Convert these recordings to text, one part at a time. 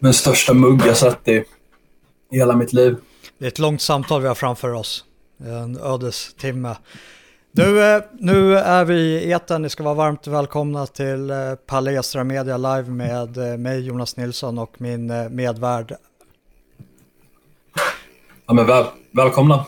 Den största mugg jag sett i hela mitt liv. Det är ett långt samtal vi har framför oss. En ödestimme. Du, nu är vi i etern. Ni ska vara varmt välkomna till Palestra Media Live med mig, Jonas Nilsson, och min medvärd. Ja, men välkomna.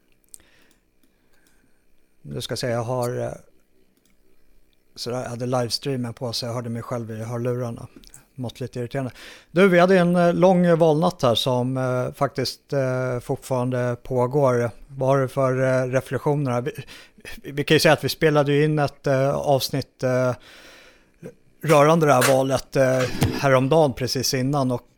Du ska säga, jag har så jag hade livestreamen på, så jag hörde mig själv i hörlurarna. Måttligt irriterande. Du, vi hade en lång valnatt här som faktiskt fortfarande pågår. Vad har du för reflektioner här? Vi kan ju säga att vi spelade in ett avsnitt rörande det här valet häromdagen precis innan, och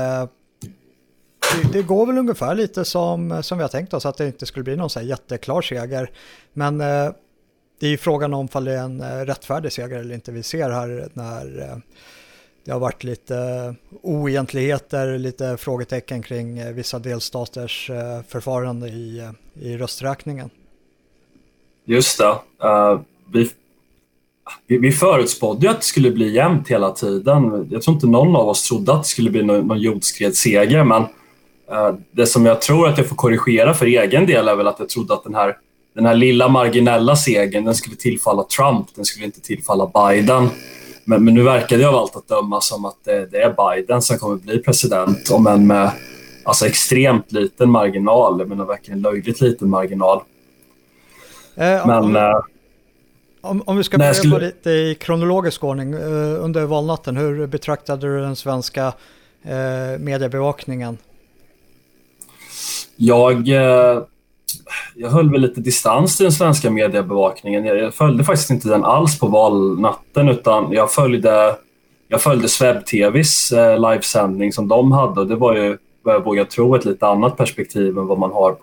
det går väl ungefär lite som vi har tänkt oss, att det inte skulle bli någon så här jätteklar seger. Men det är ju frågan om det är en rättfärdig seger eller inte. Vi ser här när det har varit lite oegentligheter, lite frågetecken kring vissa delstaters förfarande i rösträkningen. Just det. Vi förutspådde att det skulle bli jämnt hela tiden. Jag tror inte någon av oss trodde att det skulle bli någon jordskredsseger, men det som jag tror att jag får korrigera för egen del är väl att jag trodde att den här lilla marginella segern, den skulle tillfalla Trump, den skulle inte tillfalla Biden. Men nu verkar det av allt att döma som att det är Biden som kommer bli president, om än med extremt liten marginal, men verkligen löjligt liten marginal. Om vi ska börja på lite i kronologisk ordning, under valnatten, hur betraktade du den svenska mediebevakningen? Jag höll väl lite distans till den svenska mediebevakningen. Jag följde faktiskt inte den alls på valnatten, utan jag följde Swebb-TVs livesändning som de hade, och det var ju, vad jag vågar tro, ett lite annat perspektiv än vad man har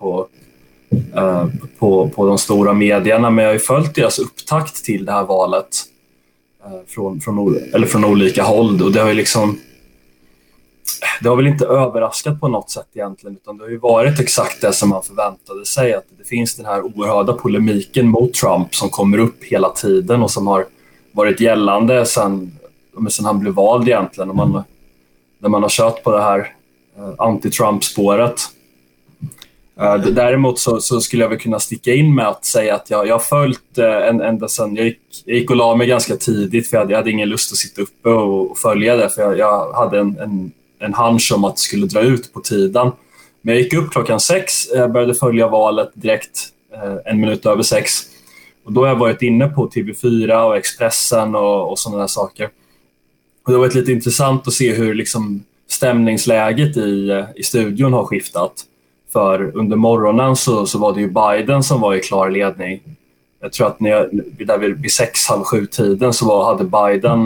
på de stora medierna. Men jag har ju följt deras upptakt till det här valet från olika håll, och det har väl inte överraskat på något sätt egentligen, utan det har ju varit exakt det som man förväntade sig, att det finns den här oerhörda polemiken mot Trump som kommer upp hela tiden och som har varit gällande sen han blev vald egentligen, och när man har kört på det här anti-Trump-spåret. Däremot så skulle jag väl kunna sticka in med att säga att jag har följt ända sedan jag gick och la mig ganska tidigt, för jag hade ingen lust att sitta uppe och följa det, för jag hade en hunch om att det skulle dra ut på tiden. Men jag gick upp klockan 6, började följa valet direkt 1 minut över 6. Och då har jag varit inne på TV4 och Expressen och sådana där saker. Och det har varit lite intressant att se hur liksom stämningsläget i studion har skiftat. För under morgonen så var det ju Biden som var i klar ledning. Jag tror att vid 6:30 tiden så hade Biden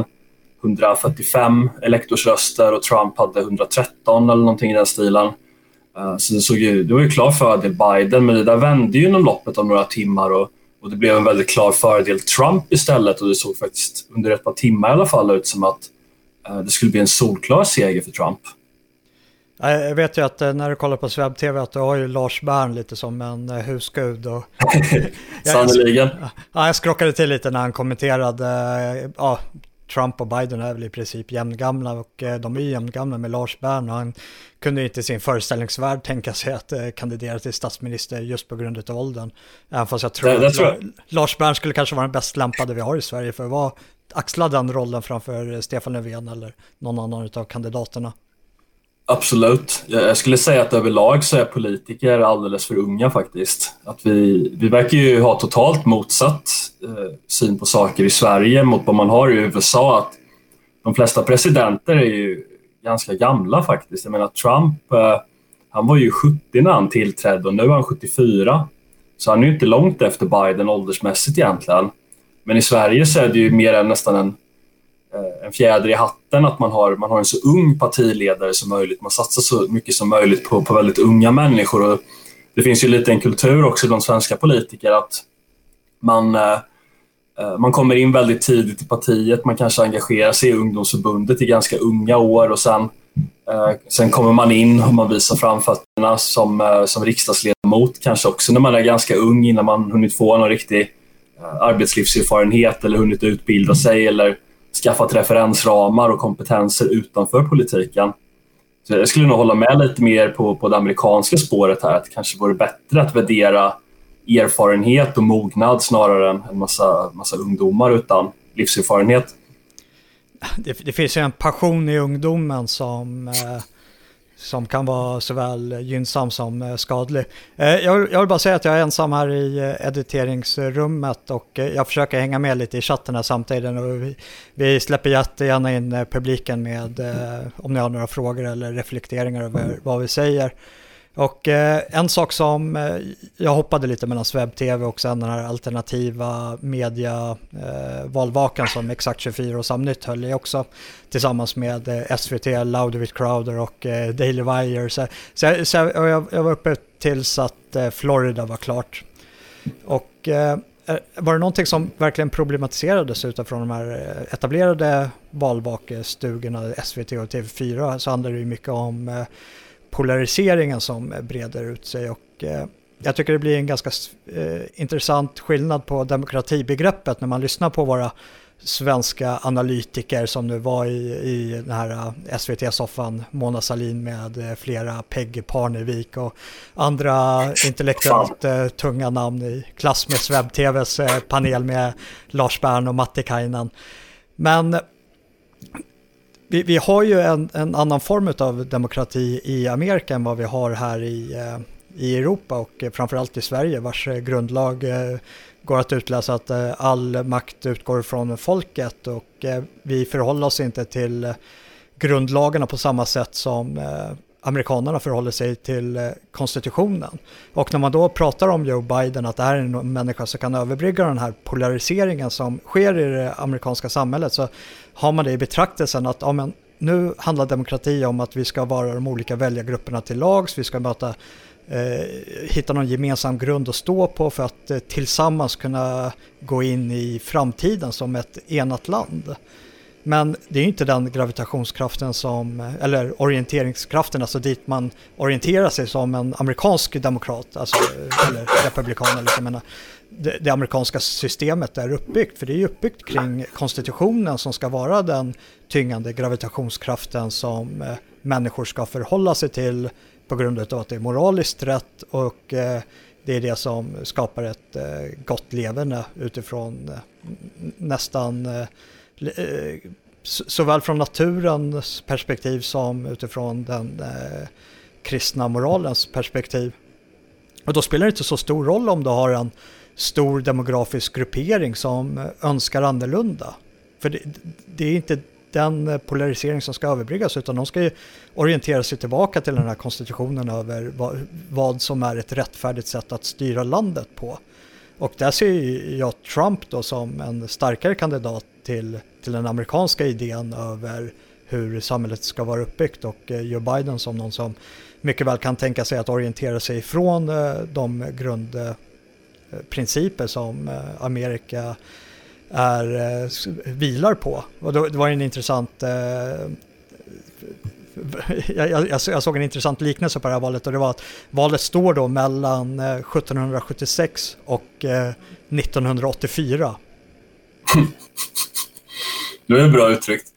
145 elektorsröster och Trump hade 113 eller någonting i den stilen. Så det var ju klar fördel Biden, men det där vände ju inom loppet av några timmar, och det blev en väldigt klar fördel Trump istället, och det såg faktiskt under ett par timmar i alla fall ut som att det skulle bli en solklar seger för Trump. Jag vet ju att när du kollar på Swebb TV att du har ju Lars Bern lite som en husgud. Och sannoliken. Jag skrockade till lite när han kommenterade Trump och Biden är väl i princip jämngamla, och de är ju jämngamla med Lars Bern, och han kunde inte i sin föreställningsvärld tänka sig att kandidera till statsminister just på grund av åldern. Även fast jag tror att Lars Bern skulle kanske vara den bäst lämpade vi har i Sverige för att axla den rollen framför Stefan Löfven eller någon annan av kandidaterna. Absolut. Jag skulle säga att överlag så är politiker alldeles för unga faktiskt. Att vi verkar ju ha totalt motsatt syn på saker i Sverige mot vad man har i USA. Att de flesta presidenter är ju ganska gamla faktiskt. Jag menar Trump, han var ju 70 när han tillträdde och nu är han 74. Så han är ju inte långt efter Biden åldersmässigt egentligen. Men i Sverige så är det ju mer än nästan en fjäder i hatten att man har en så ung partiledare som möjligt. Man satsar så mycket som möjligt på väldigt unga människor. Och det finns ju lite en kultur också bland svenska politiker att man kommer in väldigt tidigt i partiet. Man kanske engagerar sig i ungdomsförbundet i ganska unga år, och sen kommer man in och man visar framfötterna som riksdagsledamot, kanske också när man är ganska ung, innan man hunnit få någon riktig arbetslivserfarenhet eller hunnit utbilda sig eller skaffat referensramar och kompetenser utanför politiken. Så jag skulle nog hålla med lite mer på det amerikanska spåret här, att det kanske vore bättre att värdera erfarenhet och mognad snarare än en massa ungdomar utan livserfarenhet. Det finns ju en passion i ungdomen som kan vara såväl gynnsam som skadlig. Jag vill bara säga att jag är ensam här i editeringsrummet och jag försöker hänga med lite i chatten här samtidigt. Och vi släpper jättegärna in publiken med om ni har några frågor eller reflekteringar över vad vi säger. Och en sak som jag hoppade lite mellan webb-tv och sen den här alternativa media valvakan som Exakt 24 och Samnytt höll i också tillsammans med SVT, Louder with Crowder och Daily Wire. Så jag var uppe tills att Florida var klart. Och var det någonting som verkligen problematiserades utifrån de här etablerade valvakestugorna SVT och TV4 så handlar det ju mycket om polariseringen som breder ut sig och jag tycker det blir en ganska intressant skillnad på demokratibegreppet när man lyssnar på våra svenska analytiker som nu var i den här SVT-soffan, Mona Sahlin med flera Peggy Parnevik och andra intellektuellt tunga namn i klass med webb-tvs panel med Lars Bern och Matti Kainen. Men vi har ju en annan form av demokrati i Amerika än vad vi har här i Europa och framförallt i Sverige vars grundlag går att utläsa att all makt utgår från folket och vi förhåller oss inte till grundlagarna på samma sätt som amerikanerna förhåller sig till konstitutionen. Och när man då pratar om Joe Biden att det här är en människa som kan överbrygga den här polariseringen som sker i det amerikanska samhället så har man det i betraktelsen att nu handlar demokrati om att vi ska vara de olika väljargrupperna till lags, vi ska hitta någon gemensam grund att stå på för att tillsammans kunna gå in i framtiden som ett enat land. Men det är inte den gravitationskraften eller orienteringskraften, alltså dit man orienterar sig som en amerikansk demokrat, alltså, eller republikan. Eller, jag menar, det amerikanska systemet är uppbyggt, för det är uppbyggt kring konstitutionen som ska vara den tyngande gravitationskraften som människor ska förhålla sig till på grund av att det är moraliskt rätt och det är det som skapar ett gott leverne utifrån nästan såväl från naturens perspektiv som utifrån den kristna moralens perspektiv. Och då spelar det inte så stor roll om du har en stor demografisk gruppering som önskar annorlunda. För det är inte den polarisering som ska överbryggas utan de ska ju orientera sig tillbaka till den här konstitutionen över vad som är ett rättfärdigt sätt att styra landet på. Och där ser jag Trump då som en starkare kandidat till den amerikanska idén över hur samhället ska vara uppbyggt och Joe Biden som någon som mycket väl kan tänka sig att orientera sig från de grundprinciper som Amerika vilar på. Och det var en intressant jag såg en intressant liknelse på det här valet och det var att valet står då mellan 1776 och 1984. Det är bra uttryckt.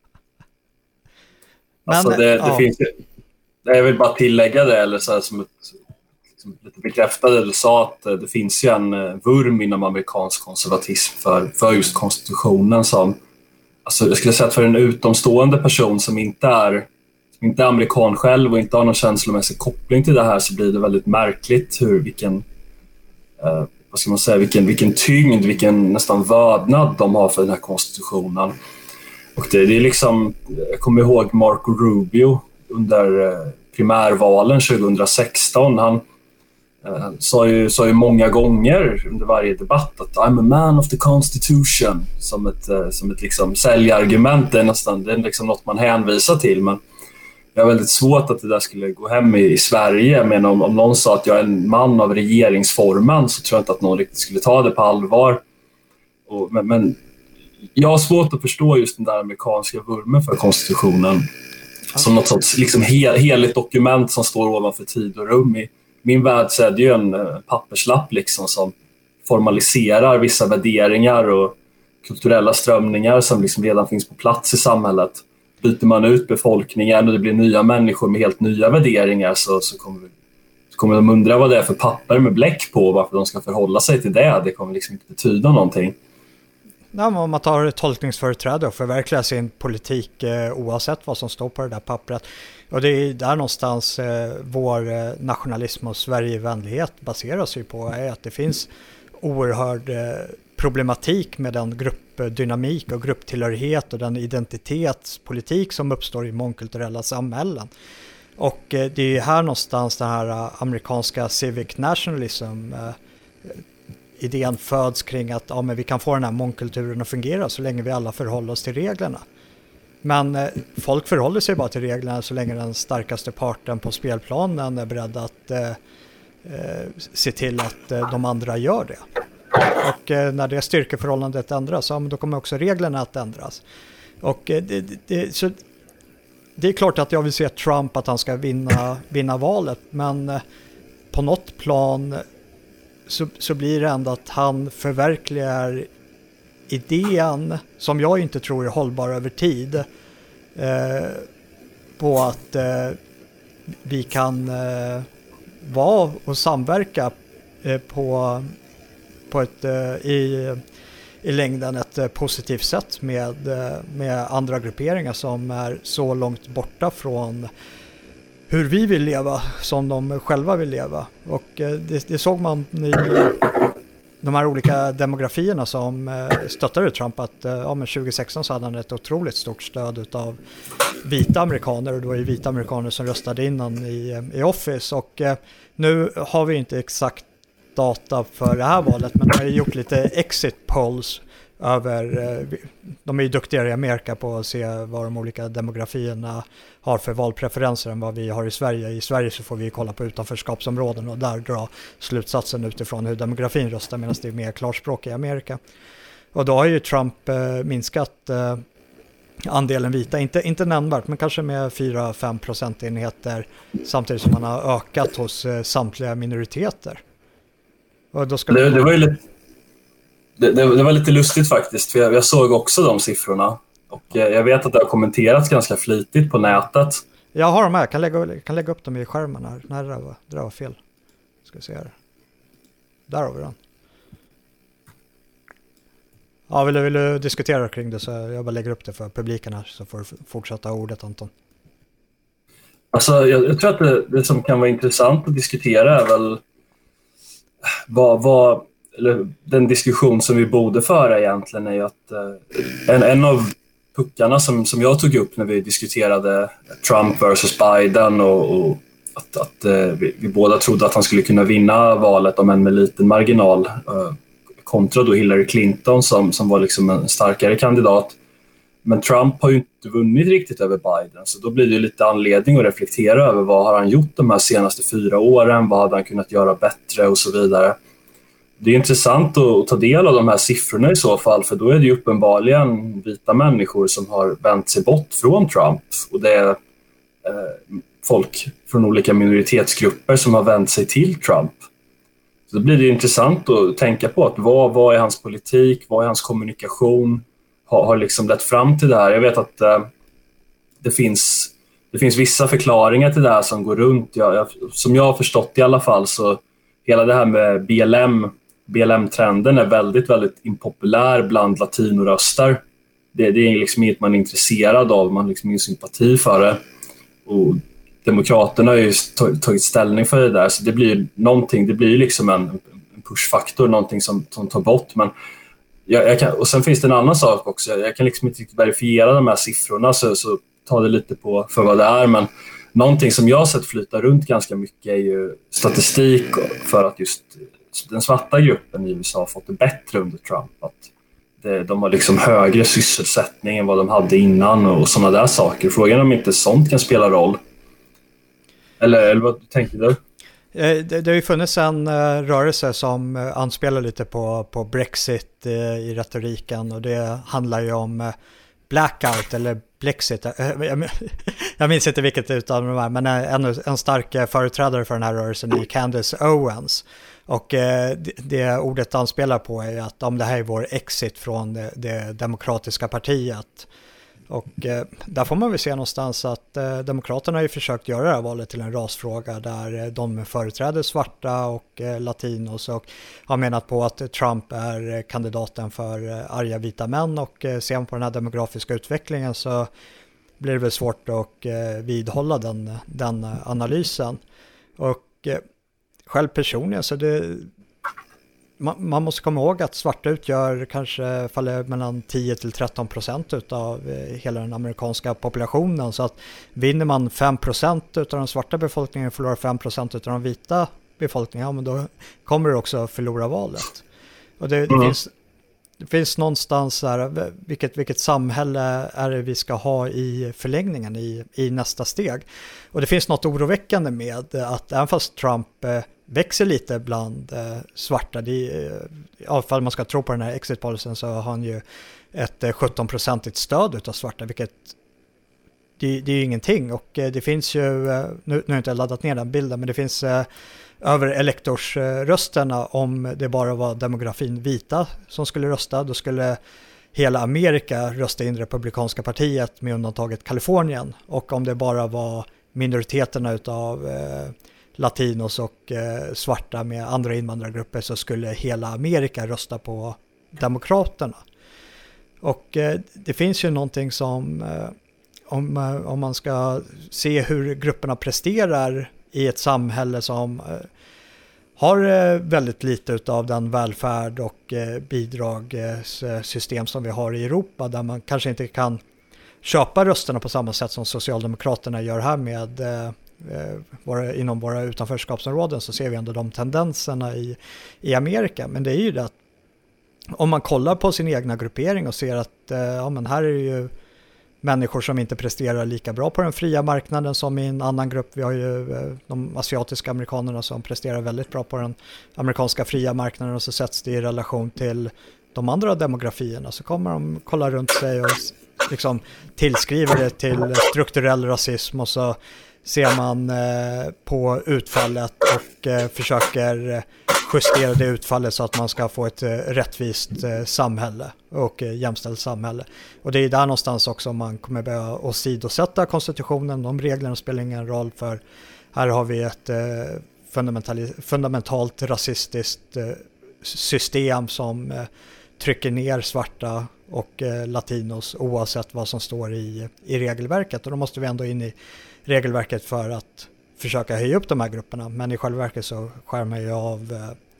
Alltså det finns ju, jag vill bara tillägga det eller så här, som lite bekräftade du sa att det finns ju en vurm inom amerikansk konservatism för just konstitutionen som alltså jag skulle säga att för en utomstående person som inte är amerikan själv och inte har någon känslomässig koppling till det här så blir det väldigt märkligt vilken tyngd, vilken nästan vördnad de har för den här konstitutionen. Och det är liksom, jag kommer ihåg Marco Rubio under primärvalen 2016. Han sa ju många gånger under varje debatt att I'm a man of the constitution som ett liksom säljargument. Det är liksom något man hänvisar till, men jag har väldigt svårt att det där skulle gå hem i Sverige. Men om någon sa att jag är en man av regeringsformen så tror jag inte att någon riktigt skulle ta det på allvar. Men jag har svårt att förstå just den där amerikanska vurmen för konstitutionen som något sorts liksom heligt dokument som står ovanför tid och rum. I min värld så är det ju en papperslapp liksom som formaliserar vissa värderingar och kulturella strömningar som liksom redan finns på plats i samhället. byter man ut befolkningen och det blir nya människor med helt nya värderingar så kommer de undra vad det är för papper med bläck på, varför de ska förhålla sig till det. Det kommer liksom inte betyda någonting. Ja, men om man tar tolkningsföreträde och förverkligar sin politik oavsett vad som står på det där pappret. Och det är där någonstans vår nationalism och Sverigevänlighet baserar sig på, är att det finns oerhörd problematik med den gruppdynamik och grupptillhörighet och den identitetspolitik som uppstår i mångkulturella samhällen. Och det är här någonstans den här amerikanska civic nationalism idén föds kring att men vi kan få den här mångkulturen att fungera så länge vi alla förhåller oss till reglerna. Men folk förhåller sig bara till reglerna så länge den starkaste parten på spelplanen är beredd att se till att de andra gör det. Och när det styrkeförhållandet ändras, då kommer också reglerna att ändras. Och så det är klart att jag vill se Trump att han ska vinna valet, men på något plan så blir det ändå att han förverkligar idén som jag inte tror är hållbar över tid på att vi kan vara och samverka på ett i längden ett positivt sätt med andra grupperingar som är så långt borta från hur vi vill leva som de själva vill leva. Och det såg man i de här olika demografierna som stöttade Trump att men 2016 så hade han ett otroligt stort stöd av vita amerikaner, och det var ju vita amerikaner som röstade innan i Office. Och nu har vi inte exakt data för det här valet, men de har gjort lite exit polls över, de är ju duktigare i Amerika på att se vad de olika demografierna har för valpreferenser än vad vi har i Sverige. I Sverige så får vi kolla på utanförskapsområden och där dra slutsatsen utifrån hur demografin röstar, medan det är mer klarspråk i Amerika. Och då har ju Trump minskat andelen vita, inte nämnvärt, men kanske med 4-5 procentenheter, samtidigt som man har ökat hos samtliga minoriteter. Och då ska det var lite lustigt faktiskt, för jag såg också de siffrorna. Och jag vet att det har kommenterats ganska flitigt på nätet. Jag har dem här, jag kan lägga upp dem i skärmen här. Nej, det där var fel. Ska vi se här. Där har vi den. Ja, vill du diskutera kring det så jag bara lägger upp det för publiken här, så får du fortsätta ordet, Anton. Alltså, jag tror att det som kan vara intressant att diskutera är väl eller den diskussion som vi borde föra egentligen är ju att en av puckarna som jag tog upp när vi diskuterade Trump versus Biden och att vi båda trodde att han skulle kunna vinna valet om än med liten marginal kontra då Hillary Clinton som var liksom en starkare kandidat. Men Trump har ju inte vunnit riktigt över Biden, så då blir det ju lite anledning att reflektera över vad har han gjort de här senaste 4 åren, vad hade han kunnat göra bättre och så vidare. Det är intressant att ta del av de här siffrorna i så fall, för då är det ju uppenbarligen vita människor som har vänt sig bort från Trump, och det är folk från olika minoritetsgrupper som har vänt sig till Trump. Så då blir det intressant att tänka på att vad är hans politik, vad är hans kommunikation har liksom lett fram till det här. Jag vet att det finns vissa förklaringar till det här som går runt. Som jag har förstått i alla fall, så hela det här med BLM-trenden är väldigt, väldigt impopulär bland latinoröster. Det är liksom inget man är intresserad av, man har liksom ingen sympati för det. Och demokraterna har ju tagit ställning för det där, så det blir någonting, det blir liksom en pushfaktor, någonting som tar bort. Men och sen finns det en annan sak också. Jag kan liksom inte verifiera de här siffrorna, så ta det lite på för vad det är. Men någonting som jag har sett flyta runt ganska mycket är ju statistik för att just den svarta gruppen i USA har fått det bättre under Trump. Att de har liksom högre sysselsättning än vad de hade innan och sådana där saker. Frågan är om inte sånt kan spela roll. Eller vad tänker du? Det har ju funnits en rörelse som anspelar lite på Brexit i retoriken, och det handlar ju om blackout eller Blexit. Jag minns inte vilket utav de här, men en stark företrädare för den här rörelsen är Candace Owens. Och det ordet anspelar på är att det här är vår exit från det demokratiska partiet. Och där får man väl se någonstans att Demokraterna har ju försökt göra det här valet till en rasfråga där de företräder svarta och latinos och har menat på att Trump är kandidaten för arga vita män, och ser man på den här demografiska utvecklingen så blir det väl svårt att vidhålla den analysen. Och själv personligen så man måste komma ihåg att svarta utgör kanske faller mellan 10-13% av hela den amerikanska populationen. Så att vinner man 5% av den svarta befolkningen och förlorar 5% av den vita befolkningen, ja, men då kommer det också förlora valet. Och det finns någonstans här, vilket samhälle är det vi ska ha i förlängningen i nästa steg. Och det finns något oroväckande med att även fast Trump växer lite bland svarta, i alla fall man ska tro på den här exit-policyn, så har han ju ett 17% stöd av svarta, vilket det är ju ingenting. Och det finns ju, nu har jag inte laddat ner den bilden, men det finns över elektorsrösterna, om det bara var demografin vita som skulle rösta, då skulle hela Amerika rösta in Republikanska partiet med undantaget Kalifornien. Och om det bara var minoriteterna utav latinos och svarta med andra invandrargrupper, så skulle hela Amerika rösta på Demokraterna. Och det finns ju någonting som om man ska se hur grupperna presterar i ett samhälle som har väldigt lite av den välfärd och bidragssystem som vi har i Europa, där man kanske inte kan köpa rösterna på samma sätt som Socialdemokraterna gör här med inom våra utanförskapsområden, så ser vi ändå de tendenserna i Amerika. Men det är ju det att om man kollar på sin egna gruppering och ser att men här är det ju människor som inte presterar lika bra på den fria marknaden som i en annan grupp. Vi har ju de asiatiska amerikanerna som presterar väldigt bra på den amerikanska fria marknaden, och så sätts det i relation till de andra demografierna, så kommer de kolla runt sig och liksom tillskriver det till strukturell rasism, och så ser man på utfallet och försöker justera det utfallet så att man ska få ett rättvist samhälle och jämställt samhälle. Och det är där någonstans också man kommer börja åsidosätta konstitutionen. De reglerna spelar ingen roll, för här har vi ett fundamentalt rasistiskt system som trycker ner svarta och latinos oavsett vad som står i regelverket. Och då måste vi ändå in i regelverket för att försöka höja upp de här grupperna. Men i själva verket så skär man ju av,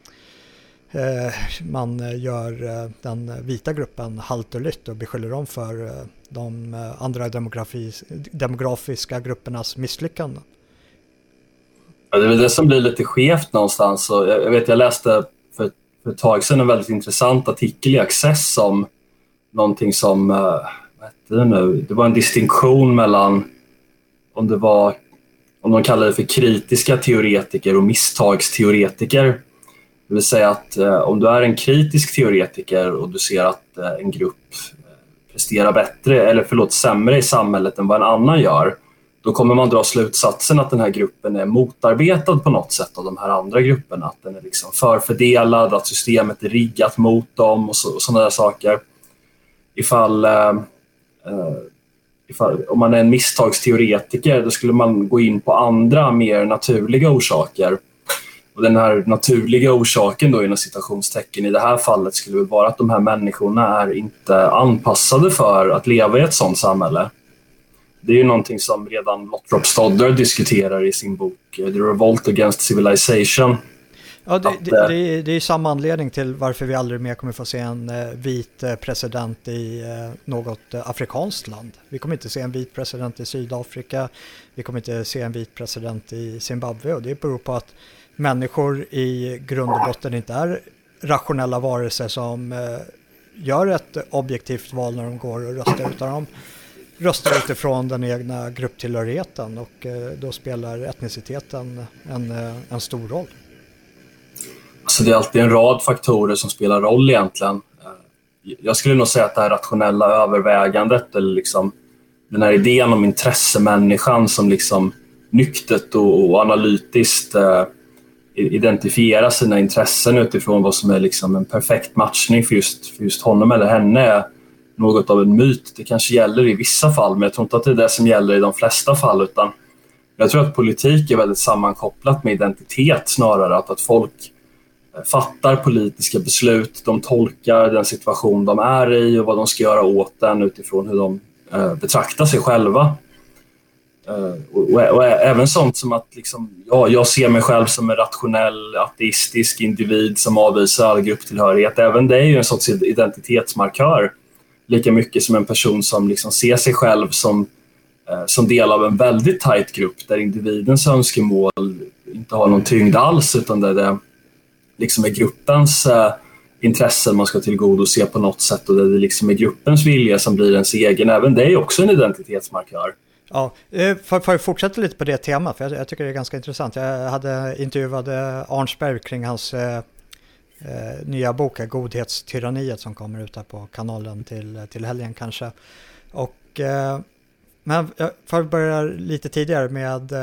man gör den vita gruppen halt och lytt och beskyller dem för de andra demografiska gruppernas misslyckanden. Ja, det är väl det som blir lite skevt någonstans. Och jag läste för ett tag sedan en väldigt intressant artikel i Access om någonting som, det var en distinktion mellan om de kallar det för kritiska teoretiker och misstagsteoretiker. Det vill säga att om du är en kritisk teoretiker och du ser att en grupp presterar sämre i samhället än vad en annan gör, då kommer man dra slutsatsen att den här gruppen är motarbetad på något sätt av de här andra grupperna. Att den är liksom förfördelad, att systemet är riggat mot dem och sådana där saker. Om man är en misstagsteoretiker, då skulle man gå in på andra mer naturliga orsaker. Och den här naturliga orsaken då, inom citationstecken, i det här fallet skulle väl vara att de här människorna är inte anpassade för att leva i ett sådant samhälle. Det är ju någonting som redan Lothrop Stoddard diskuterar i sin bok The Revolt Against Civilization. Ja, det är samma anledning till varför vi aldrig mer kommer få se en vit president i något afrikanskt land. Vi kommer inte se en vit president i Sydafrika, vi kommer inte se en vit president i Zimbabwe, och det beror på att människor i grund och botten inte är rationella varelser som gör ett objektivt val när de går och röstar, utan de röstar utifrån den egna grupptillhörigheten, och då spelar etniciteten en stor roll. Så det är alltid en rad faktorer som spelar roll egentligen. Jag skulle nog säga att det här rationella övervägandet, eller liksom den här idén om intressemänniskan som liksom nyktert och analytiskt identifierar sina intressen utifrån vad som är liksom en perfekt matchning för just honom eller henne, något av en myt. Det kanske gäller i vissa fall, men jag tror inte att det är det som gäller i de flesta fall, utan jag tror att politik är väldigt sammankopplat med identitet snarare. Att folk fattar politiska beslut, de tolkar den situation de är i och vad de ska göra åt den utifrån hur de betraktar sig själva. Och även sånt som att liksom, jag ser mig själv som en rationell, ateistisk individ som avvisar all grupptillhörighet. Även det är ju en sorts identitetsmarkör, lika mycket som en person som liksom ser sig själv som del av en väldigt tajt grupp där individens önskemål inte har någon tyngd alls, utan där det liksom är gruppens intressen man ska tillgodose på något sätt, och där det liksom är gruppens vilja som blir ens egen. Även det är också en identitetsmarkör. Ja, för att fortsätta lite på det temat, för jag tycker det är ganska intressant. Jag hade intervjuat Arnsberg kring hans nya bok, Godhetstyranniet, som kommer ut här på kanalen till helgen kanske. Och men för att börja lite tidigare med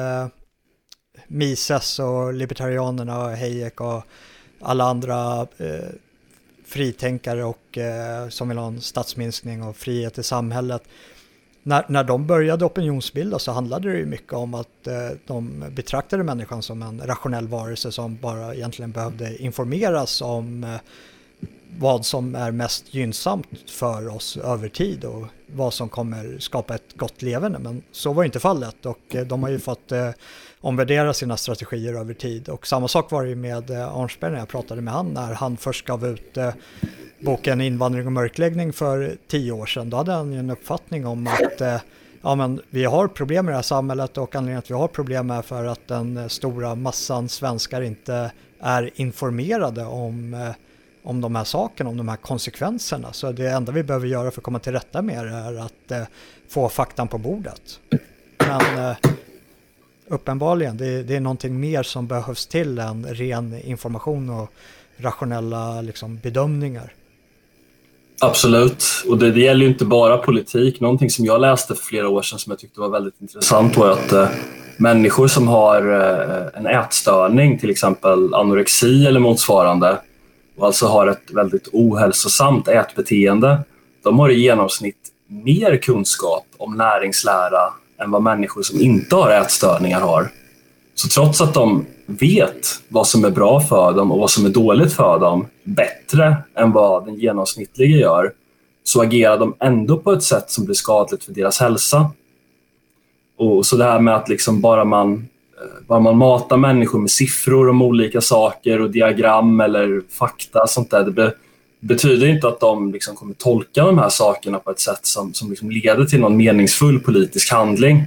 Mises och libertarianerna och Hayek och alla andra fritänkare och som vill ha en statsminskning och frihet i samhället. När de började opinionsbilda så handlade det ju mycket om att de betraktade människan som en rationell varelse som bara egentligen behövde informeras om vad som är mest gynnsamt för oss över tid och vad som kommer skapa ett gott levande. Men så var inte fallet, och de har ju fått omvärdera sina strategier över tid. Och samma sak var det med Arnsberg när jag pratade med han, när han först gav ut boken Invandring och mörkläggning för 10 år sedan. Då hade han ju en uppfattning om att men vi har problem i det här samhället, och anledningen att vi har problem är för att den stora massan svenskar inte är informerade om de här sakerna, om de här konsekvenserna. Så det enda vi behöver göra för att komma till rätta med det är att få faktan på bordet. Men uppenbarligen, det är någonting mer som behövs till än ren information och rationella liksom, bedömningar. Absolut, och det gäller ju inte bara politik. Någonting som jag läste för flera år sedan som jag tyckte var väldigt intressant var att människor som har en ätstörning, till exempel anorexi eller motsvarande, och alltså har ett väldigt ohälsosamt ätbeteende, de har i genomsnitt mer kunskap om näringslära än vad människor som inte har ätstörningar har. Så trots att de vet vad som är bra för dem och vad som är dåligt för dem bättre än vad den genomsnittliga gör, så agerar de ändå på ett sätt som blir skadligt för deras hälsa. Och så det här med att liksom bara man matar människor med siffror om olika saker och diagram eller fakta, sånt där, det betyder inte att de liksom kommer tolka de här sakerna på ett sätt som liksom leder till någon meningsfull politisk handling.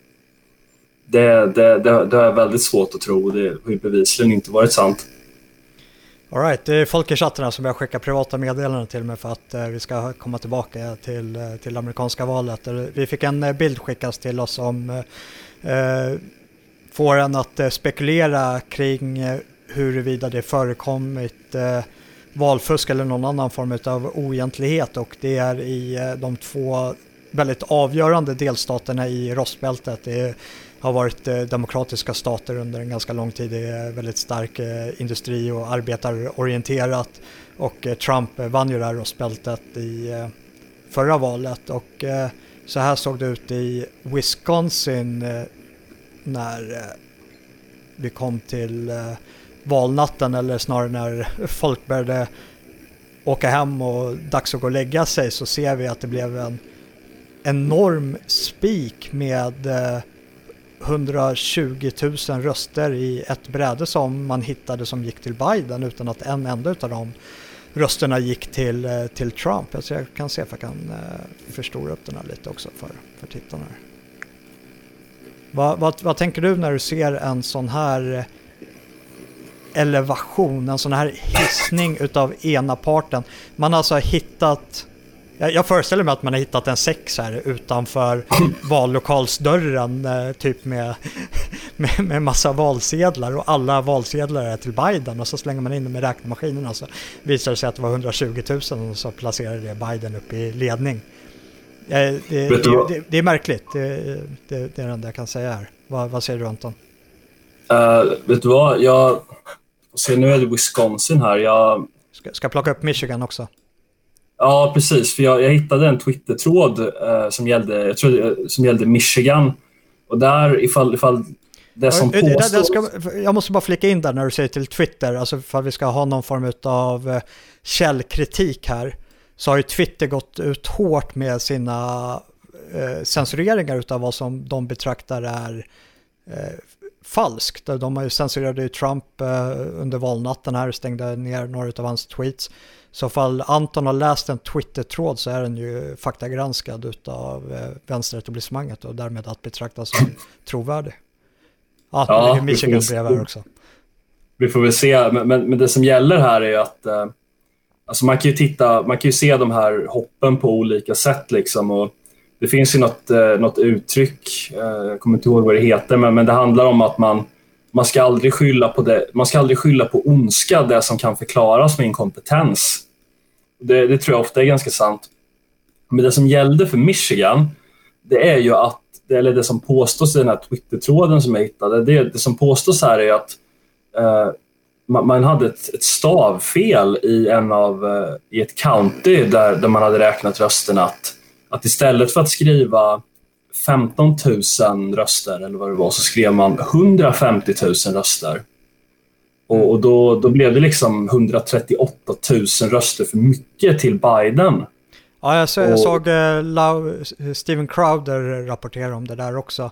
Det är väldigt svårt att tro. Det har ju bevisligen inte varit sant. All right, det är folk i chatten som jag skickar privata meddelanden till mig för att vi ska komma tillbaka till amerikanska valet. Vi fick en bild skickas till oss som får en att spekulera kring huruvida det förekommit valfusk eller någon annan form av oegentlighet, och det är i de 2 väldigt avgörande delstaterna i rostbältet. Det har varit demokratiska stater under en ganska lång tid. Det är väldigt stark industri- och arbetarorienterat, och Trump vann ju det här rostbältet i förra valet, och så här såg det ut i Wisconsin när vi kom till valnatten, eller snarare när folk började åka hem och dags att gå och lägga sig, så ser vi att det blev en enorm spik med 120 000 röster i ett bräde som man hittade som gick till Biden, utan att en enda av de rösterna gick till Trump. Alltså jag kan se if jag kan förstora upp den här lite också för tittarna. Vad tänker du när du ser en sån här elevation, en sån här hissning utav ena parten? Man har alltså hittat, jag föreställer mig att man har hittat en sex här utanför vallokalsdörren, typ med massa valsedlar, och alla valsedlar är till Biden, och så slänger man in dem i räknemaskinen, och så visar det sig att det var 120 000, och så placerar det Biden upp i ledning. Det är märkligt, det är det enda jag kan säga här. Vad säger du, Anton? Vet du vad, nu är det Wisconsin här. Ska plocka upp Michigan också. Ja, precis. För jag hittade en Twitter-tråd som gällde Michigan. Och där, ifall det som påstås... Jag måste bara flika in där när du säger till Twitter, alltså för att vi ska ha någon form av källkritik här, så har ju Twitter gått ut hårt med sina censureringar utav vad som de betraktar är falskt. De har ju censurerat ju Trump under valnatten här och stängde ner några av hans tweets. Så fall Anton har läst en Twitter-tråd så är den ju faktagranskad utav vänsteretablissemanget och därmed att betraktas som trovärdig. Ja, Michigan blev här också. Vi får väl se, men det som gäller här är att alltså man kan ju se de här hoppen på olika sätt liksom, och det finns ju något uttryck, jag kommer inte ihåg vad det heter, men det handlar om att man ska aldrig skylla på ondska, det som kan förklaras med inkompetens. Det tror jag ofta är ganska sant. Men det som gällde för Michigan, det är ju att, eller det som påstås i den här Twitter-tråden som jag hittade, det som påstås här är att man hade ett stavfel i ett county där man hade räknat rösterna, att istället för att skriva 15 000 röster eller vad det var, så skrev man 150 000 röster. Och då blev det liksom 138 000 röster för mycket till Biden. Ja, jag såg Steven Crowder rapportera om det där också.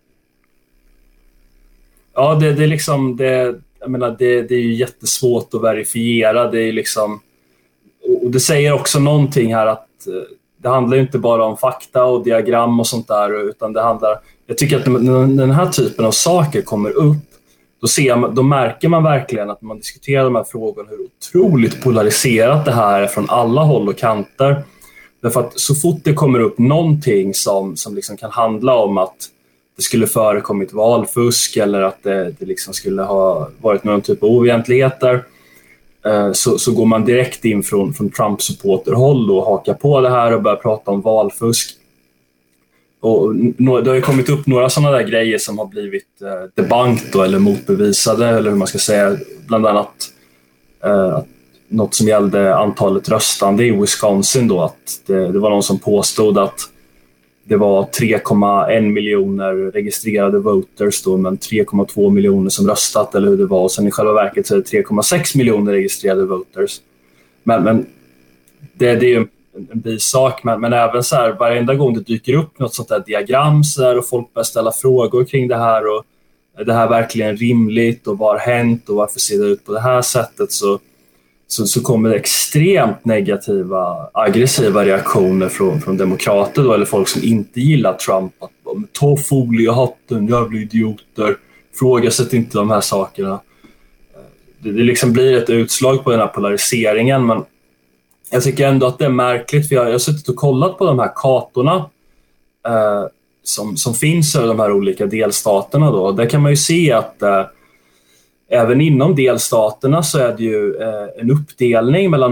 Ja, det är liksom jag menar, det är ju jättesvårt att verifiera. Det är liksom, och det säger också någonting här att det handlar ju inte bara om fakta och diagram och sånt där, utan jag tycker att när den här typen av saker kommer upp, då märker man verkligen att när man diskuterar de här frågorna hur otroligt polariserat det här är från alla håll och kanter. Därför att så fort det kommer upp någonting som liksom kan handla om att det skulle förekommit valfusk eller att det liksom skulle ha varit någon typ av oegentligheter, så går man direkt in från Trump-supporterhåll och hakar på det här och börjar prata om valfusk. Och det har ju kommit upp några sådana där grejer som har blivit debunked då, eller motbevisade, eller hur man ska säga. Bland annat något som gällde antalet röstande i Wisconsin då, att det var någon som påstod att det var 3,1 miljoner registrerade voters då, men 3,2 miljoner som röstat, eller hur det var. Och sen i själva verket så är det 3,6 miljoner registrerade voters. Men det är ju en bisak, men även så här, varenda gång det dyker upp något sånt där diagram så där, och folk börjar ställa frågor kring det här, och är det här verkligen rimligt, och vad har hänt och varför ser det ut på det här sättet, så kommer det extremt negativa, aggressiva reaktioner från demokrater då, eller folk som inte gillar Trump, att ta foliehatten, jävla idioter, frågasätt inte de här sakerna. Det liksom blir ett utslag på den här polariseringen, men jag tycker ändå att det är märkligt, för jag har suttit och kollat på de här kartorna som finns över de här olika delstaterna då. Där kan man ju se att även inom delstaterna så är det ju en uppdelning mellan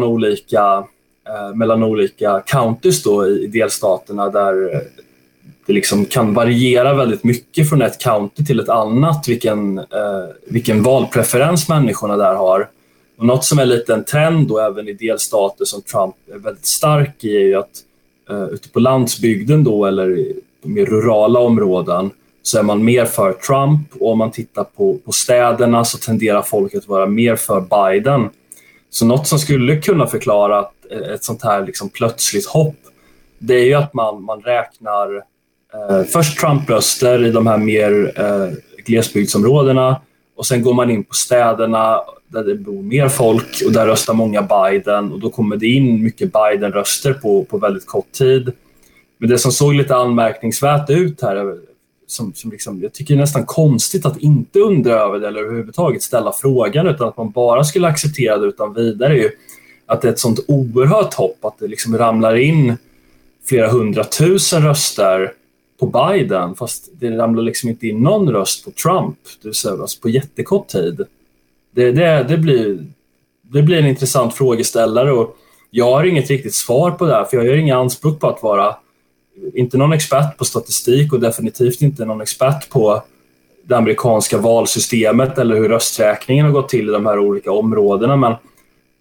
olika counties då i delstaterna, där det liksom kan variera väldigt mycket från ett county till ett annat vilken valpreferens människorna där har. Och något som är lite en trend då även i delstater som Trump är väldigt stark i är ju att ute på landsbygden då, eller i mer rurala områden, så är man mer för Trump, och om man tittar på städerna så tenderar folk att vara mer för Biden. Så något som skulle kunna förklara ett sånt här liksom plötsligt hopp, det är ju att man räknar först Trump-röster i de här mer glesbygdsområdena, och sen går man in på städerna där det bor mer folk och där röstar många Biden, och då kommer det in mycket Biden-röster på väldigt kort tid. Men det som såg lite anmärkningsvärt ut här, som liksom, jag tycker det är nästan konstigt att inte undra över det eller överhuvudtaget ställa frågan, utan att man bara skulle acceptera det utan vidare, är ju att det är ett sånt oerhört hopp att det liksom ramlar in flera 100 000 röster på Biden, fast det ramlar liksom inte in någon röst på Trump, det vill säga alltså på jättekort tid. Det blir en intressant frågeställare, och jag har inget riktigt svar på det här, för jag gör inga anspråk på att vara inte någon expert på statistik, och definitivt inte någon expert på det amerikanska valsystemet eller hur rösträkningen har gått till i de här olika områdena, men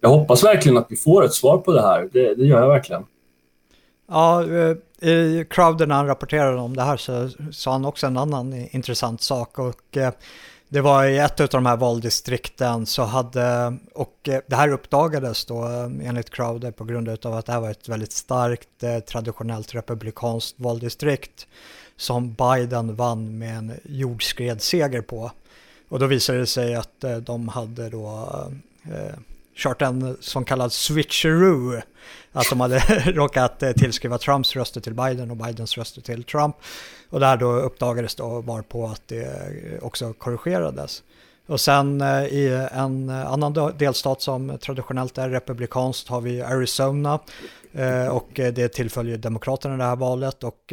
jag hoppas verkligen att vi får ett svar på det här. Det gör jag verkligen. Ja, i Crowder när han rapporterade om det här så sa han också en annan intressant sak, och det var i ett av de här valdistrikten så hade, och det här uppdagades då enligt Crowder på grund av att det här var ett väldigt starkt traditionellt republikanskt valdistrikt som Biden vann med en jordskredsseger på. Och då visade det sig att de hade då kört en som kallad switcheroo, att de hade råkat tillskriva Trumps röster till Biden och Bidens röster till Trump, och det här då uppdagades då var på att det också korrigerades. Och sen i en annan delstat som traditionellt är republikanskt har vi Arizona, och det tillföljer demokraterna i det här valet, och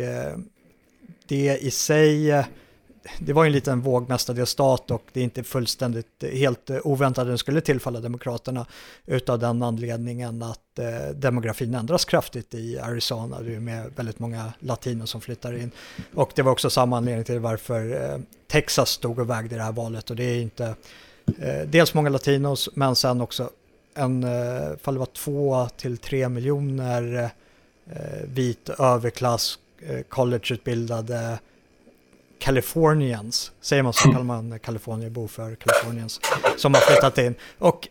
det i sig, det var ju en liten vågmästardelstat, och det är inte fullständigt helt oväntat att den skulle tillfalla demokraterna utav den anledningen att demografin ändras kraftigt i Arizona. Det är med väldigt många latiner som flyttar in, och det var också samma anledning till varför Texas stod och vägde det här valet, och det är inte dels många latinos, men sen också fall det var 2 till 3 miljoner vit överklass collegeutbildade Californians, säger man så, kallar man Kalifornienbo för Californians, som har flyttat in. Och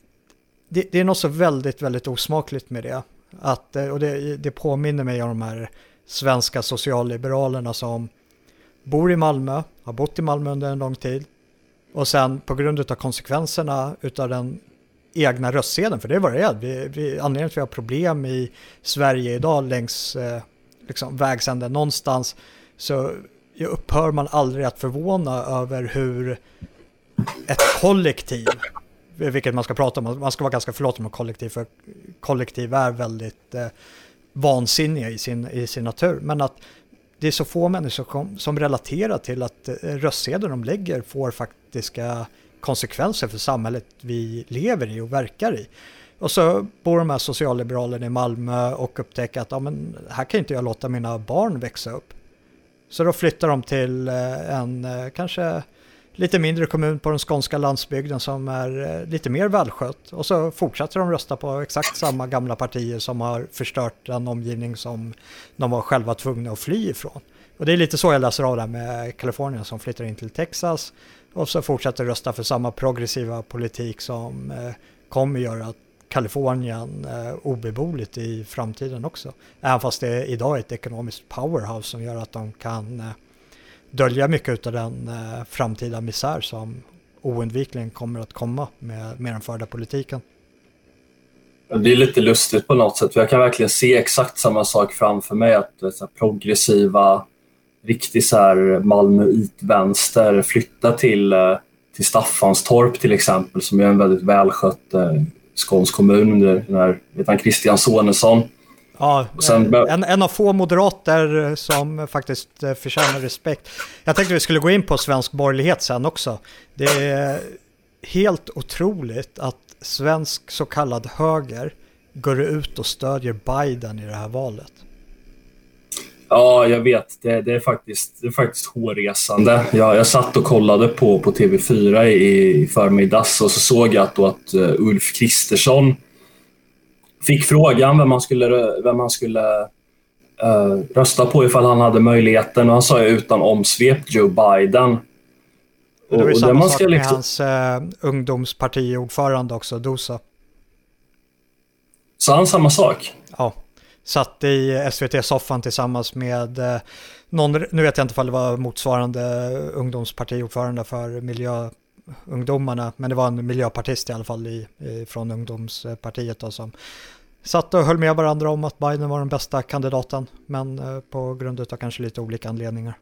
det är något så väldigt, väldigt osmakligt med det. Och det påminner mig om de här svenska socialliberalerna som bor i Malmö, har bott i Malmö under en lång tid, och sen på grund av konsekvenserna utav den egna röstsedeln, för det var det anledningen till att vi har problem i Sverige idag längs liksom vägsänden någonstans, så upphör man aldrig att förvåna över hur ett kollektiv, vilket man ska prata om, man ska vara ganska förlåten om kollektiv, för kollektiv är väldigt vansinniga i sin natur, men att det är så få människor som relaterar till att röstsedeln de lägger får faktiska konsekvenser för samhället vi lever i och verkar i. Och så bor de här socialliberalerna i Malmö och upptäcker att men här kan inte jag låta mina barn växa upp. Så då flyttar de till en kanske lite mindre kommun på den skånska landsbygden som är lite mer välskött. Och så fortsätter de rösta på exakt samma gamla partier som har förstört den omgivning som de var själva tvungna att fly ifrån. Och det är lite så jag läser av det med Kalifornien som flyttar in till Texas och så fortsätter rösta för samma progressiva politik som kommer göra att Kalifornien obeboeligt i framtiden också. Även fast det idag är ett ekonomiskt powerhouse som gör att de kan dölja mycket av den framtida misär som oundvikligen kommer att komma med den förda politiken. Det är lite lustigt på något sätt. Jag kan verkligen se exakt samma sak framför mig. Att så progressiva, riktigt så här Malmöit-vänster flyttar till Staffanstorp till exempel, som är en väldigt välskött skånsk kommun under den här Christian Sonesson. Ja, sen, en av få moderater som faktiskt förtjänar respekt. Jag tänkte vi skulle gå in på svensk borgerlighet sen också. Det är helt otroligt att svensk så kallad höger går ut och stödjer Biden i det här valet. Ja, jag vet. Det är faktiskt hårresande. Jag satt och kollade på TV4 i förmiddags och så såg jag att Ulf Kristersson fick frågan vem man skulle rösta på ifall han hade möjligheten, och han sa ju utan omsvep Joe Biden. Och det var ju samma sak med hans ungdomspartiordförande också, Dosa. Sa han samma sak? Ja, satt i SVT-soffan tillsammans med någon, nu vet jag inte om det var motsvarande ungdomspartiordförande för miljöungdomarna, men det var en miljöpartist i alla fall från ungdomspartiet då, som satt och höll med varandra om att Biden var den bästa kandidaten, men på grund av kanske lite olika anledningar.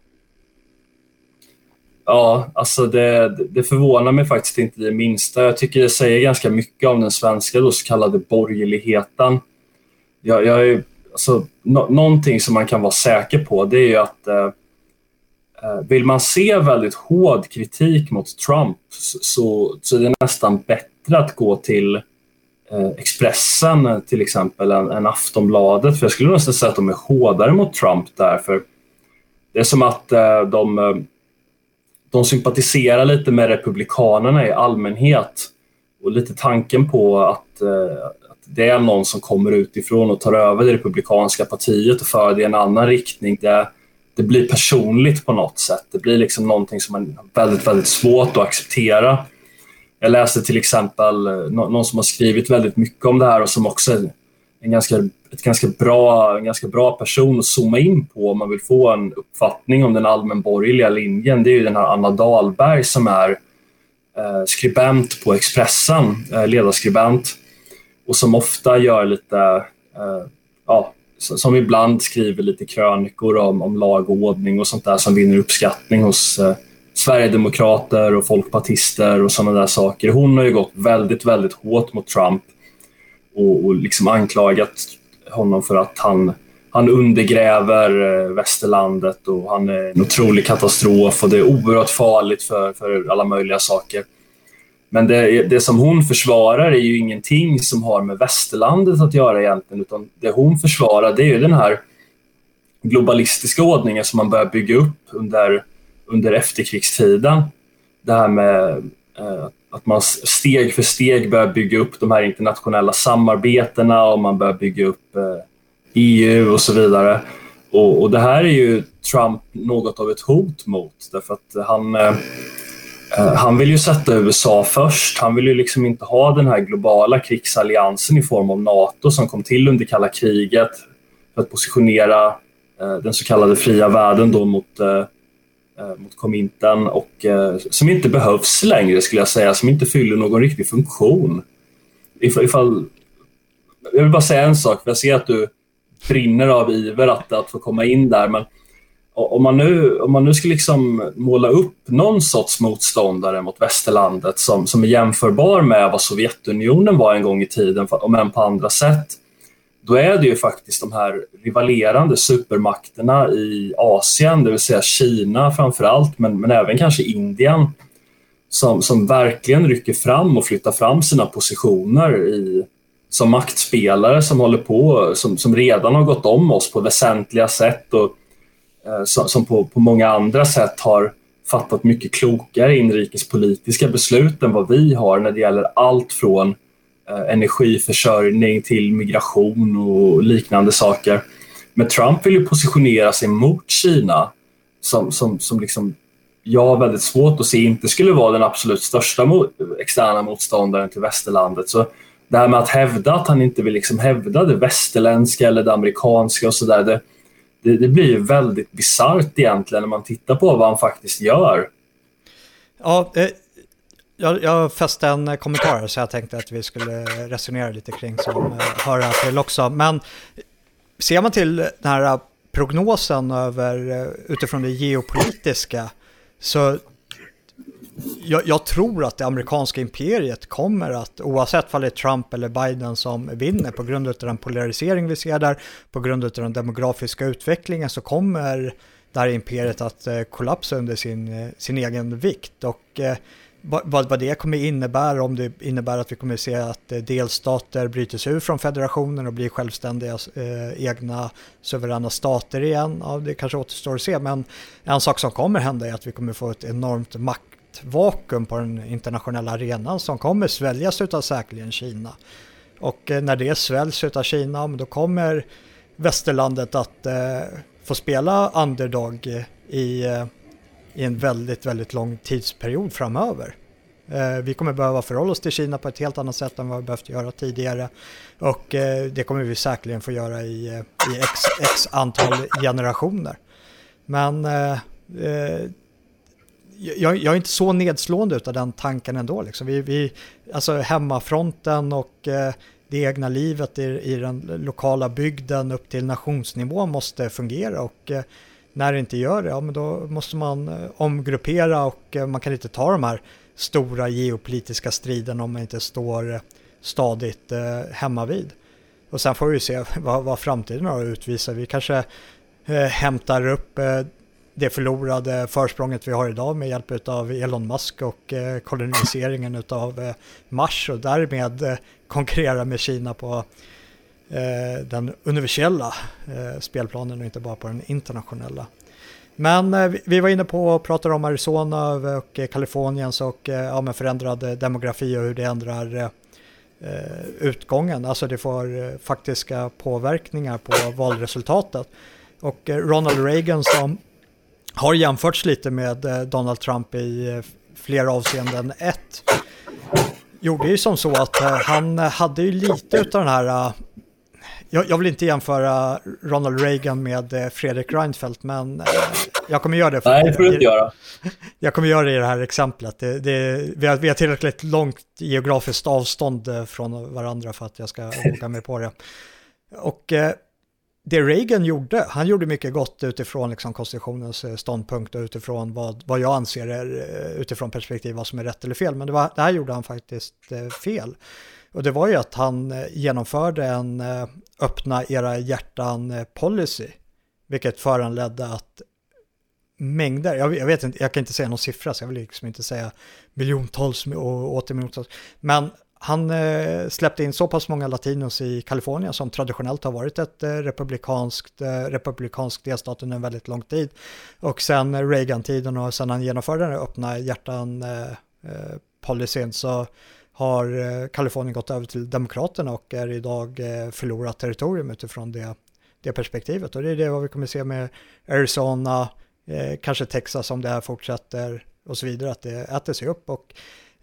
Ja, alltså det förvånar mig faktiskt inte det minsta. Jag tycker det säger ganska mycket om den svenska då, så kallade borgerligheten. Någonting som man kan vara säker på, det är ju att vill man se väldigt hård kritik mot Trump så är det nästan bättre att gå till Expressen till exempel än Aftonbladet, för jag skulle nästan säga att de är hårdare mot Trump därför det är som att de sympatiserar lite med republikanerna i allmänhet Och lite tanken på att det är någon som kommer utifrån och tar över det republikanska partiet och för det i en annan riktning. Det blir personligt på något sätt. Det blir liksom någonting som är väldigt, väldigt svårt att acceptera. Jag läste till exempel någon som har skrivit väldigt mycket om det här och som också är en ganska bra person att zooma in på om man vill få en uppfattning om den allmänborgerliga linjen. Det är ju den här Anna Dahlberg som är skribent på Expressen, ledarskribent, och som ofta gör lite, som ibland skriver lite krönikor om lag och ordning och sånt där som vinner uppskattning hos Sverigedemokrater och folkpartister och sådana där saker. Hon har ju gått väldigt, väldigt hårt mot Trump och liksom anklagat honom för att han undergräver västerlandet och han är en otrolig katastrof och det är oerhört farligt för alla möjliga saker. Men det som hon försvarar är ju ingenting som har med västerlandet att göra egentligen, utan det hon försvarar, det är ju den här globalistiska ordningen som man börjar bygga upp under efterkrigstiden. Det här med att man steg för steg börjar bygga upp de här internationella samarbetena och man börjar bygga upp EU och så vidare. Och det här är ju Trump något av ett hot mot, därför att han vill ju sätta USA först. Han vill ju liksom inte ha den här globala krigsalliansen i form av NATO som kom till under kalla kriget för att positionera den så kallade fria världen då mot Komintern och som inte behövs längre, skulle jag säga, som inte fyller någon riktig funktion. Jag vill bara säga en sak, för jag ser att du brinner av iver att få komma in där, men om man nu ska liksom måla upp någon sorts motståndare mot västerlandet som är jämförbar med vad Sovjetunionen var en gång i tiden, om än på andra sätt, då är det ju faktiskt de här rivalerande supermakterna i Asien, det vill säga Kina framförallt, men även kanske Indien, som verkligen rycker fram och flyttar fram sina positioner som maktspelare som håller på, som redan har gått om oss på väsentliga sätt och som på många andra sätt har fattat mycket klokare inrikespolitiska beslut än vad vi har när det gäller allt från energiförsörjning till migration och liknande saker. Men Trump vill ju positionera sig mot Kina som liksom jag har väldigt svårt att se inte skulle vara den absolut största externa motståndaren till västerlandet. Så det här med att hävda att han inte vill liksom hävda det västerländska eller det amerikanska och sådär, det blir ju väldigt bizarrt egentligen när man tittar på vad han faktiskt gör. Ja, jag fäste en kommentar så jag tänkte att vi skulle resonera lite kring som höra till också. Men ser man till den här prognosen utifrån det geopolitiska, så jag tror att det amerikanska imperiet kommer att, oavsett om det är Trump eller Biden som vinner, på grund av den polarisering vi ser där, på grund av den demografiska utvecklingen, så kommer det här imperiet att kollapsa under sin egen vikt. Och vad det kommer innebära, om det innebär att vi kommer se att delstater bryter sig ur från federationen och blir självständiga egna suveräna stater igen, ja, det kanske återstår att se. Men en sak som kommer hända är att vi kommer få ett enormt maktvakuum på den internationella arenan som kommer sväljas utav säkerligen Kina. Och när det sväljs utav Kina, då kommer västerlandet att få spela underdog i en väldigt, väldigt lång tidsperiod framöver. Vi kommer behöva förhålla oss till Kina på ett helt annat sätt än vad vi behövt göra tidigare. Och det kommer vi säkerligen få göra i x antal generationer. Men jag är inte så nedslående utav den tanken ändå. Liksom. Alltså hemmafronten och det egna livet i den lokala bygden upp till nationsnivå måste fungera, och när det inte gör det, ja, men då måste man omgruppera, och man kan inte ta de här stora geopolitiska striden om man inte står stadigt hemma vid. Och sen får vi se vad framtiden har att utvisa. Vi kanske hämtar upp det förlorade försprånget vi har idag med hjälp av Elon Musk och koloniseringen av Mars, och därmed konkurrera med Kina på den universella spelplanen och inte bara på den internationella. Men vi var inne på att prata om Arizona och Kaliforniens och med förändrad demografi och hur det ändrar utgången. Alltså det får faktiska påverkningar på valresultatet. Och Ronald Reagan, som har jämförts lite med Donald Trump i flera avseenden. Gjorde ju som så att han hade ju lite utav den här... Jag vill inte jämföra Ronald Reagan med Fredrik Reinfeldt, men jag kommer göra det. Nej, det får du inte göra. Jag kommer göra det i det här exemplet. Vi har tillräckligt långt geografiskt avstånd från varandra för att jag ska våga mig på det. Och det Reagan gjorde, han gjorde mycket gott utifrån liksom konstitutionens ståndpunkt och utifrån vad jag anser är utifrån perspektiv vad som är rätt eller fel. Men det här gjorde han faktiskt fel. Och det var ju att han genomförde en öppna era hjärtan policy, vilket föranledde att mängder, jag vet inte, jag kan inte säga någon siffra så jag vill liksom inte säga miljontals och åter miljontals, men han släppte in så pass många latinos i Kalifornien som traditionellt har varit ett republikansk delstat under en väldigt lång tid. Och sen Reagan-tiden och sen han genomförde den öppna hjärtan policyn så har Kalifornien gått över till demokraterna och är idag förlorat territorium utifrån det perspektivet. Och det är det vad vi kommer se med Arizona, kanske Texas om det här fortsätter och så vidare, att det äter sig upp. Och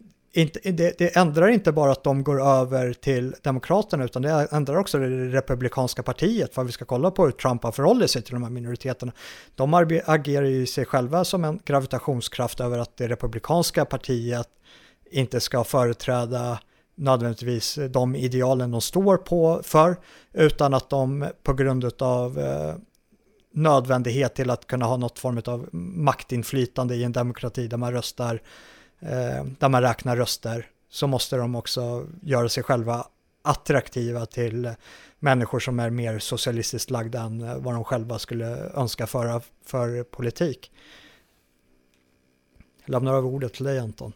det ändrar inte bara att de går över till demokraterna, utan det ändrar också det republikanska partiet, för vi ska kolla på hur Trump har förhållit sig till de här minoriteterna. De agerar ju sig själva som en gravitationskraft över att det republikanska partiet inte ska företräda nödvändigtvis de idealen de står för, utan att de på grund av nödvändighet till att kunna ha något form av maktinflytande i en demokrati där man röstar, där man räknar röster, så måste de också göra sig själva attraktiva till människor som är mer socialistiskt lagda än vad de själva skulle önska för politik. Jag lämnar över ordet till dig, Anton.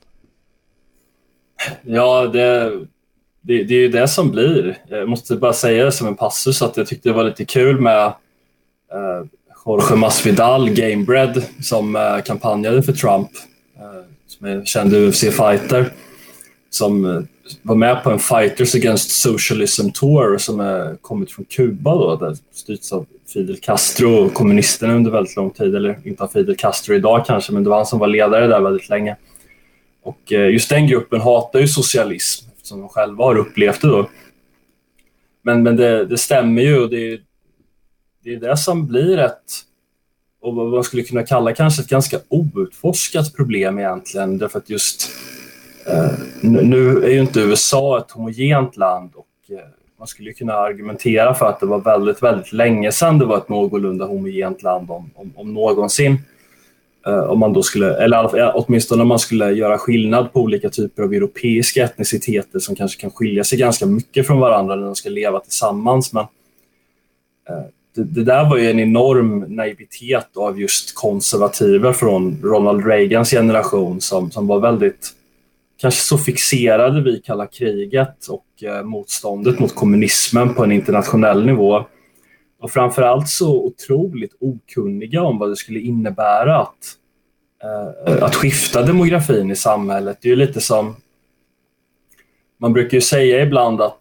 Ja, det är ju det som blir. Jag måste bara säga det som en passus att jag tyckte det var lite kul med Jorge Masvidal, Gamebred, som kampanjade för Trump, som är känd UFC-fighter, som var med på en Fighters Against Socialism Tour som är kommit från Kuba då, där styrts av Fidel Castro och kommunisterna under väldigt lång tid, eller inte av Fidel Castro idag kanske, men det var han som var ledare där väldigt länge. Och just den gruppen hatar ju socialism eftersom de själva har upplevt det då. Men det stämmer ju, och det är det som blir och vad man skulle kunna kalla kanske ett ganska outforskat problem egentligen. Därför att just nu är ju inte USA ett homogent land, och man skulle kunna argumentera för att det var väldigt, väldigt länge sedan det var ett någorlunda homogent land om någonsin. Om man då skulle, eller åtminstone om man skulle göra skillnad på olika typer av europeiska etniciteter som kanske kan skilja sig ganska mycket från varandra när de ska leva tillsammans. Men det där var ju en enorm naivitet av just konservativer från Ronald Reagans generation som var väldigt kanske så fixerade vid kalla kriget och motståndet mot kommunismen på en internationell nivå. Och framförallt så otroligt okunniga om vad det skulle innebära att skifta demografin i samhället. Det är ju lite som, man brukar ju säga ibland att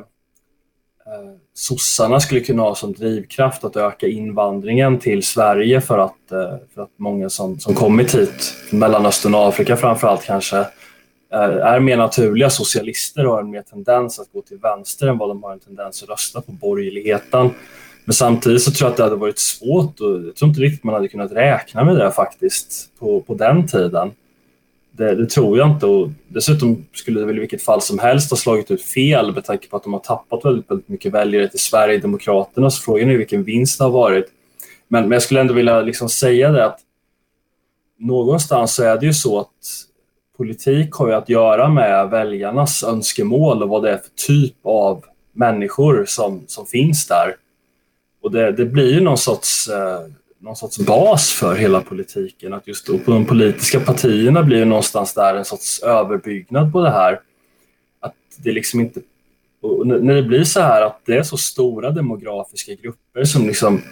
sossarna skulle kunna ha som drivkraft att öka invandringen till Sverige för att många som kommit hit från Mellanöstern och Afrika framförallt kanske är mer naturliga socialister och har en mer tendens att gå till vänster än vad de har en tendens att rösta på borgerligheten. Men samtidigt så tror jag att det hade varit svårt, och jag tror inte riktigt man hade kunnat räkna med det faktiskt på den tiden. Det tror jag inte, och dessutom skulle det väl i vilket fall som helst ha slagit ut fel med tanke på att de har tappat väldigt, väldigt mycket väljare till Sverigedemokraterna, så frågan är vilken vinst det har varit. Men jag skulle ändå vilja liksom säga det att någonstans så är det ju så att politik har ju att göra med väljarnas önskemål och vad det är för typ av människor som finns där. Och det blir ju någon sorts bas för hela politiken. Att just då på de politiska partierna blir ju någonstans där en sorts överbyggnad på det här. Att det liksom inte... Och när det blir så här att det är så stora demografiska grupper som liksom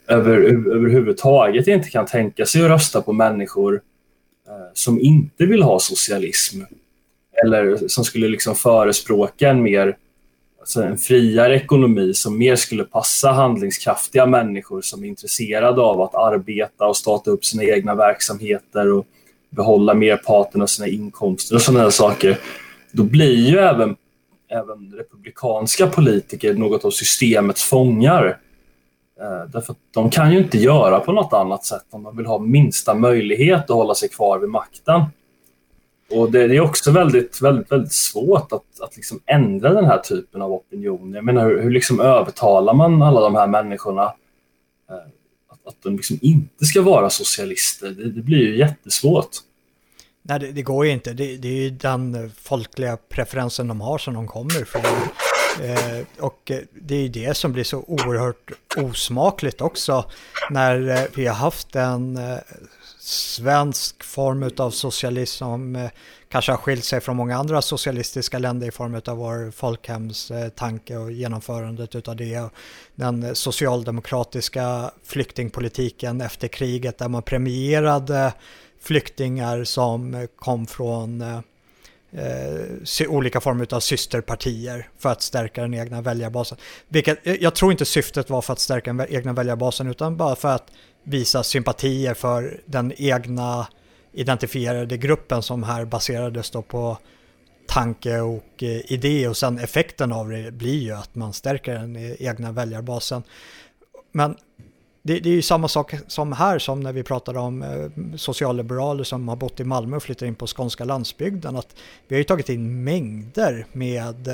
överhuvudtaget inte kan tänka sig att rösta på människor som inte vill ha socialism eller som skulle liksom förespråka en friare ekonomi som mer skulle passa handlingskraftiga människor som är intresserade av att arbeta och starta upp sina egna verksamheter och behålla merparten av sina inkomster och sådana här saker. Då blir ju även republikanska politiker något av systemets fångar. Därför att de kan ju inte göra på något annat sätt om de vill ha minsta möjlighet att hålla sig kvar vid makten. Och det är också väldigt, väldigt, väldigt svårt att liksom ändra den här typen av opinion. Jag menar, hur liksom övertalar man alla de här människorna att de liksom inte ska vara socialister? Det blir ju jättesvårt. Nej, det går ju inte. Det är ju den folkliga preferensen de har som de kommer ifrån. Och det är ju det som blir så oerhört osmakligt också när vi har haft en svensk form av socialism som kanske har skilt sig från många andra socialistiska länder i form av vår folkhemstanke och genomförandet utav det. Och den socialdemokratiska flyktingpolitiken efter kriget där man premierade flyktingar som kom från olika former av systerpartier för att stärka den egna väljarbasen. Jag tror inte syftet var för att stärka den egna väljarbasen utan bara för att visa sympatier för den egna identifierade gruppen som här baserades då på tanke och idé, och sen effekten av det blir ju att man stärker den egna väljarbasen. Men det är ju samma sak som här som när vi pratade om socialliberaler som har bott i Malmö och flyttat in på skånska landsbygden, att vi har ju tagit in mängder med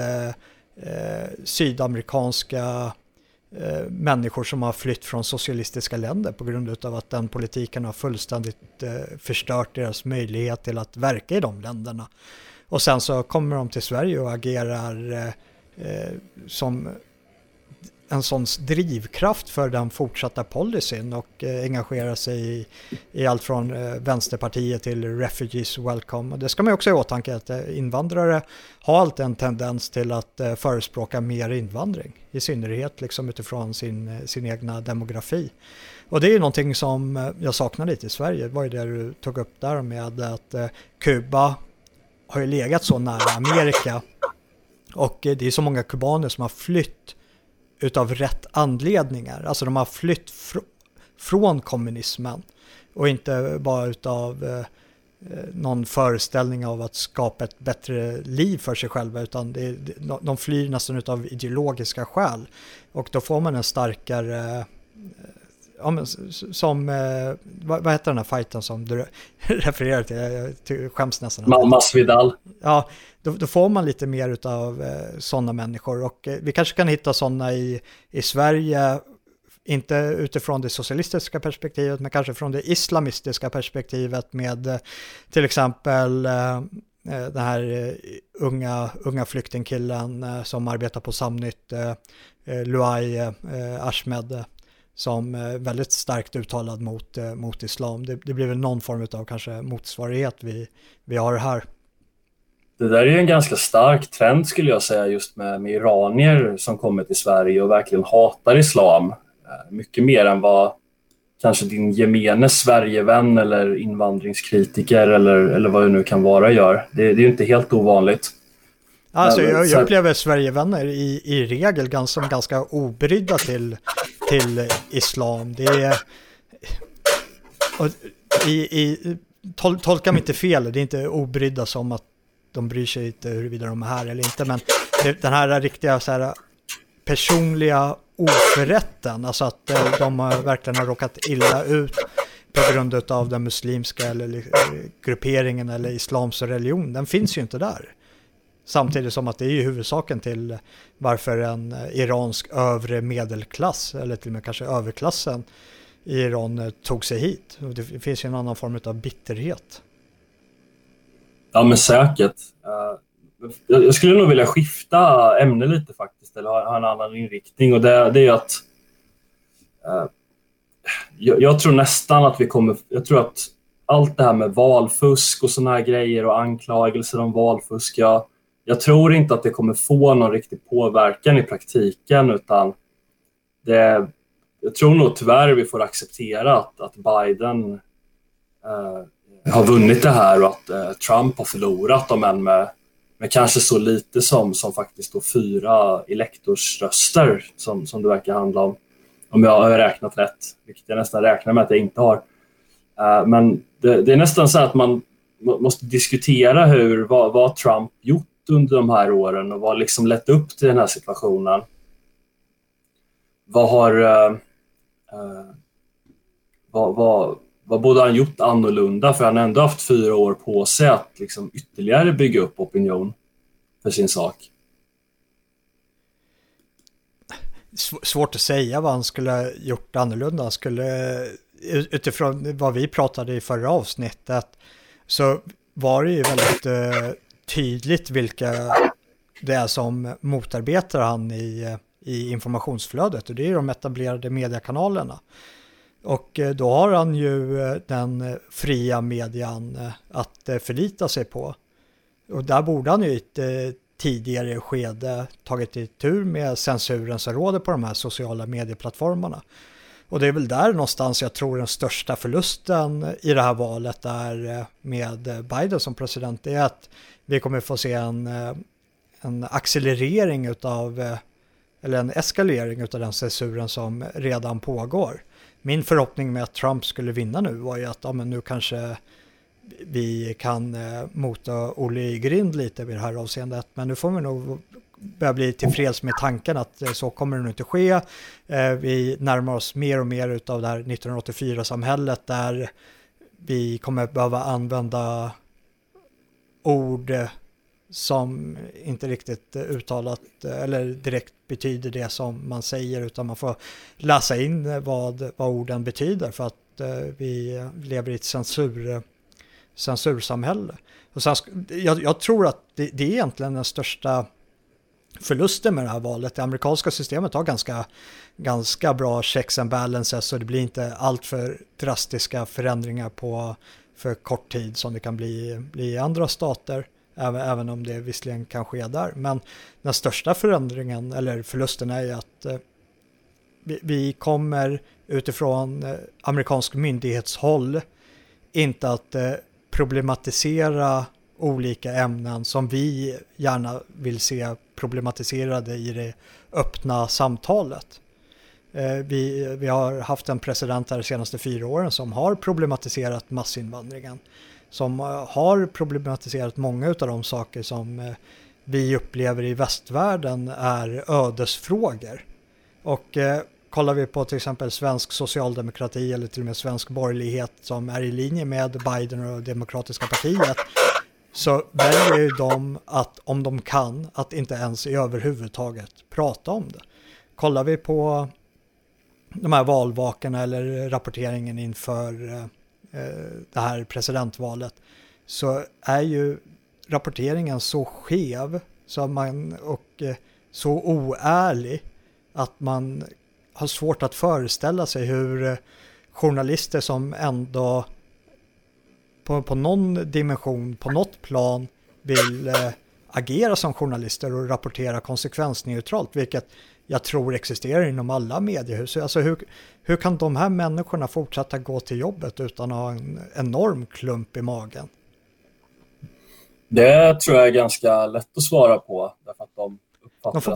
sydamerikanska människor som har flytt från socialistiska länder på grund av att den politiken har fullständigt förstört deras möjlighet till att verka i de länderna. Och sen så kommer de till Sverige och agerar som en sån drivkraft för den fortsatta policyn och engagerar sig i allt från Vänsterpartiet till Refugees Welcome. Och det ska man också ha i åtanke att invandrare har alltid en tendens till att förespråka mer invandring, i synnerhet liksom utifrån sin egna demografi. Och det är ju någonting som jag saknar lite i Sverige. Det var ju det du tog upp där med att Kuba har ju legat så nära Amerika och det är så många kubaner som har flytt utav rätt anledningar. Alltså de har flytt från kommunismen och inte bara utav någon föreställning av att skapa ett bättre liv för sig själva, utan de flyr nästan utav ideologiska skäl. Och då får man en starkare som vad heter den här fighten som du refererar till? Jag skäms nästan. Masvidal. Ja, då får man lite mer utav sådana människor, och vi kanske kan hitta sådana i Sverige, inte utifrån det socialistiska perspektivet men kanske från det islamistiska perspektivet med till exempel den här unga flyktingkillen som arbetar på Samnytt, Luay Ahmed, som är väldigt starkt uttalad mot islam. Det blir väl någon form av kanske motsvarighet vi har här. Det där är ju en ganska stark trend skulle jag säga, just med iranier som kommer till Sverige och verkligen hatar islam. Mycket mer än vad kanske din gemene Sverigevän eller invandringskritiker eller vad det nu kan vara gör. Det är ju inte helt ovanligt. Alltså jag upplever Sverigevänner i regel ganska obrydda till islam. Det är tolka mig inte fel, det är inte obrydda som att de bryr sig inte huruvida de är här eller inte, men den här riktiga så här personliga oförrätten, alltså att de verkligen har råkat illa ut på grund av den muslimska eller grupperingen eller islams religion, den finns ju inte där. Samtidigt som att det är ju huvudsaken till varför en iransk övre medelklass eller till och med kanske överklassen i Iran tog sig hit. Och det finns ju en annan form av bitterhet. Ja, men säkert. Jag skulle nog vilja skifta ämne lite faktiskt, eller ha en annan inriktning, och det är att jag tror nästan att jag tror att allt det här med valfusk och såna här grejer och anklagelser om valfusk, jag tror inte att det kommer få någon riktig påverkan i praktiken, utan jag tror nog tyvärr vi får acceptera att Biden har vunnit det här och att Trump har förlorat, om än med kanske så lite som faktiskt då 4 elektorsröster som det verkar handla om jag har räknat rätt, vilket jag nästan räknar med att jag inte har. Men det är nästan så att man måste diskutera vad Trump gjort under de här åren och vad liksom lett upp till den här situationen. Vad borde han gjort annorlunda, för han har ändå haft 4 år på sig att liksom ytterligare bygga upp opinion för sin sak. Svårt att säga vad han skulle ha gjort annorlunda. Utifrån vad vi pratade i förra avsnittet så var det ju väldigt tydligt vilka det är som motarbetar han i informationsflödet, och det är de etablerade mediekanalerna. Och då har han ju den fria median att förlita sig på. Och där borde han ju i ett tidigare skede tagit tur med censuren som råder på de här sociala medieplattformarna. Och det är väl där någonstans jag tror den största förlusten i det här valet är med Biden som president. Det är att vi kommer få se en accelerering eller en eskalering av den censuren som redan pågår. Min förhoppning med att Trump skulle vinna nu var ju att men nu kanske vi kan mota Olle i grind lite vid det här avseendet. Men nu får vi nog börja bli tillfreds med tanken att så kommer det nog inte ske. Vi närmar oss mer och mer utav det här 1984-samhället där vi kommer behöva använda ord som inte riktigt uttalat eller direkt betyder det som man säger, utan man får läsa in vad orden betyder, för att vi lever i ett censursamhälle. Och sen, jag tror att det är egentligen den största förlusten med det här valet. Det amerikanska systemet har ganska bra checks and balances, så det blir inte allt för drastiska förändringar för kort tid som det kan bli i andra stater. Även om det visserligen kan ske där. Men den största förändringen eller förlusten är ju att vi kommer utifrån amerikansk myndighetshåll inte att problematisera olika ämnen som vi gärna vill se problematiserade i det öppna samtalet. Vi har haft en president här de senaste 4 åren som har problematiserat massinvandringen, som har problematiserat många av de saker som vi upplever i västvärlden är ödesfrågor. Och kollar vi på till exempel svensk socialdemokrati eller till och med svensk borgerlighet som är i linje med Biden och Demokratiska partiet, så väljer ju de att, om de kan, att inte ens överhuvudtaget prata om det. Kollar vi på de här valvakorna eller rapporteringen inför det här presidentvalet, så är ju rapporteringen så skev och så oärlig att man har svårt att föreställa sig hur journalister som ändå på någon dimension, på något plan vill agera som journalister och rapportera konsekvensneutralt, vilket jag tror existerar inom alla mediehus. Alltså hur kan de här människorna fortsätta gå till jobbet utan att ha en enorm klump i magen? Det tror jag är ganska lätt att svara på, därför att de uppfattar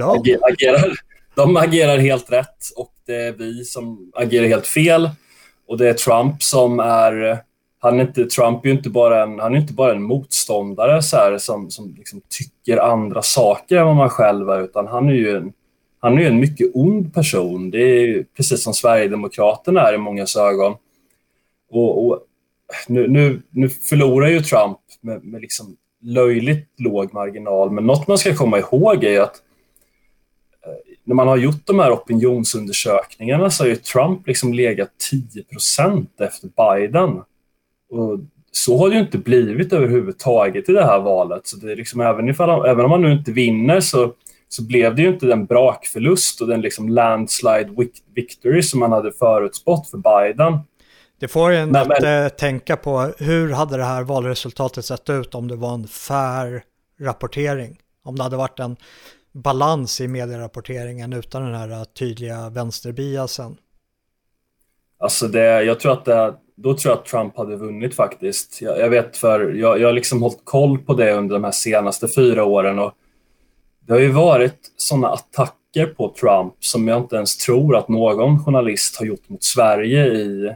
de agerar helt rätt, och det är vi som agerar helt fel, och det är Trump som är... Trump är ju inte bara en motståndare så här, som liksom tycker andra saker än vad man själv är, utan han är ju en mycket ond person. Det är ju precis som Sverigedemokraterna är i mångas ögon. Och nu förlorar ju Trump med liksom löjligt låg marginal, men något man ska komma ihåg är att när man har gjort de här opinionsundersökningarna så har ju Trump liksom legat 10% efter Biden. Och så har det ju inte blivit överhuvudtaget i det här valet. Så det är liksom, även om man nu inte vinner så blev det ju inte den brakförlust och den liksom landslide victory som man hade förutspått för Biden. Det får en att tänka på hur hade det här valresultatet sett ut om det var en fair rapportering. Om det hade varit en balans i medierapporteringen utan den här tydliga vänsterbiasen. Alltså jag tror att Trump hade vunnit faktiskt. Jag vet jag har liksom hållit koll på det under de här senaste 4 åren, och det har ju varit sådana attacker på Trump som jag inte ens tror att någon journalist har gjort mot Sverige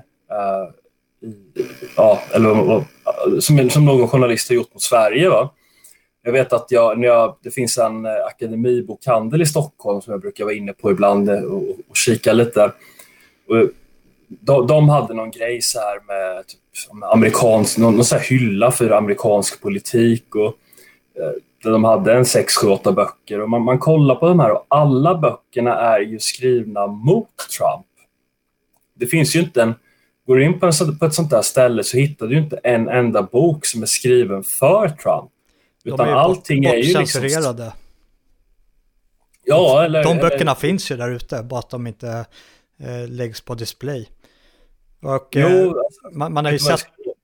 som någon journalist har gjort mot Sverige, va? Jag vet att det finns en akademibokhandel i Stockholm som jag brukar vara inne på ibland och kika lite. Och de hade någon grej så här med typ någon så här hylla för amerikansk politik, och där de hade en 6-8 böcker, och man kollar på de här och alla böckerna är ju skrivna mot Trump. Det finns ju inte går du in på ett sånt där ställe så hittar du inte en enda bok som är skriven för Trump. Utan allting är ju censurerade. Liksom... Ja, de böckerna finns ju där ute, bara att de inte läggs på display. Och man har ju sett...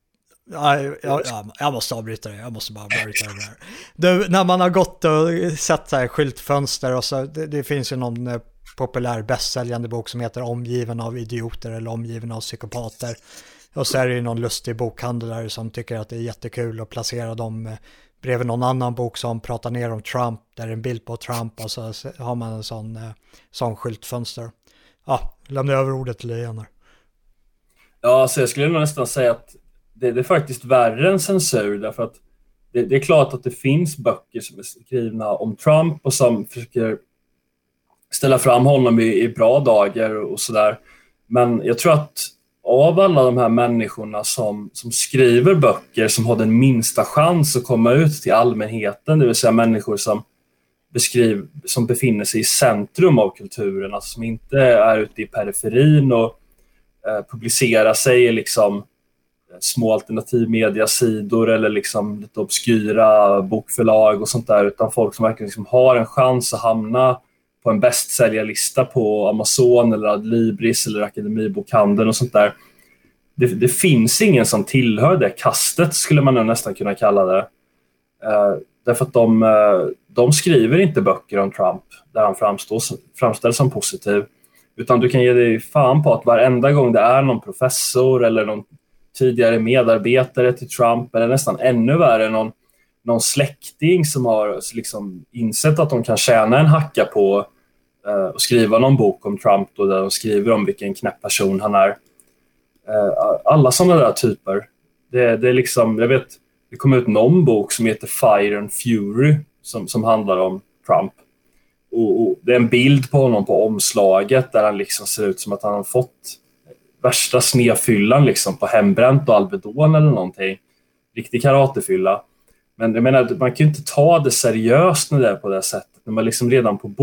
Jag måste avbryta det. Jag måste bara avbryta det där. När man har gått och sett så här skyltfönster och så, det finns ju någon populär bästsäljande bok som heter Omgiven av idioter eller Omgiven av psykopater. Och så är det ju någon lustig bokhandlare som tycker att det är jättekul att placera dem bredvid någon annan bok som pratar ner om Trump, där är en bild på Trump, och så har man en sån skyltfönster. Ja, lämna över ordet till dig igen här. Ja, så jag skulle nog nästan säga att det är faktiskt värre än censur, därför att det är klart att det finns böcker som är skrivna om Trump och som försöker ställa fram honom i bra dagar och sådär. Men jag tror att av alla de här människorna som skriver böcker som har den minsta chans att komma ut till allmänheten, det vill säga människor som befinner sig i centrum av kulturen, alltså som inte är ute i periferin och publicerar sig i liksom små alternativmediasidor eller liksom lite obskyra bokförlag och sånt där, utan folk som verkligen liksom har en chans att hamna på en bästsäljarlista på Amazon eller Adlibris eller Akademibokhandeln och sånt där. Det finns ingen som tillhör det kastet, skulle man nog nästan kunna kalla det. Därför att de skriver inte böcker om Trump där han framställs som positiv. Utan du kan ge dig fan på att varenda gång det är någon professor eller någon tidigare medarbetare till Trump, eller nästan ännu värre någon släkting som har liksom insett att de kan tjäna en hacka på och skriva någon bok om Trump då, där de skriver om vilken knäpp person han är. Alla sådana där typer. Det är liksom, jag vet, det kom ut någon bok som heter Fire and Fury som handlar om Trump. Och det är en bild på honom på omslaget där han liksom ser ut som att han har fått värsta snefyllan liksom på hembränt och Alvedon eller någonting. Riktig karatefylla. Men jag menar, man kan ju inte ta det seriöst när det är på det sättet. När man liksom redan på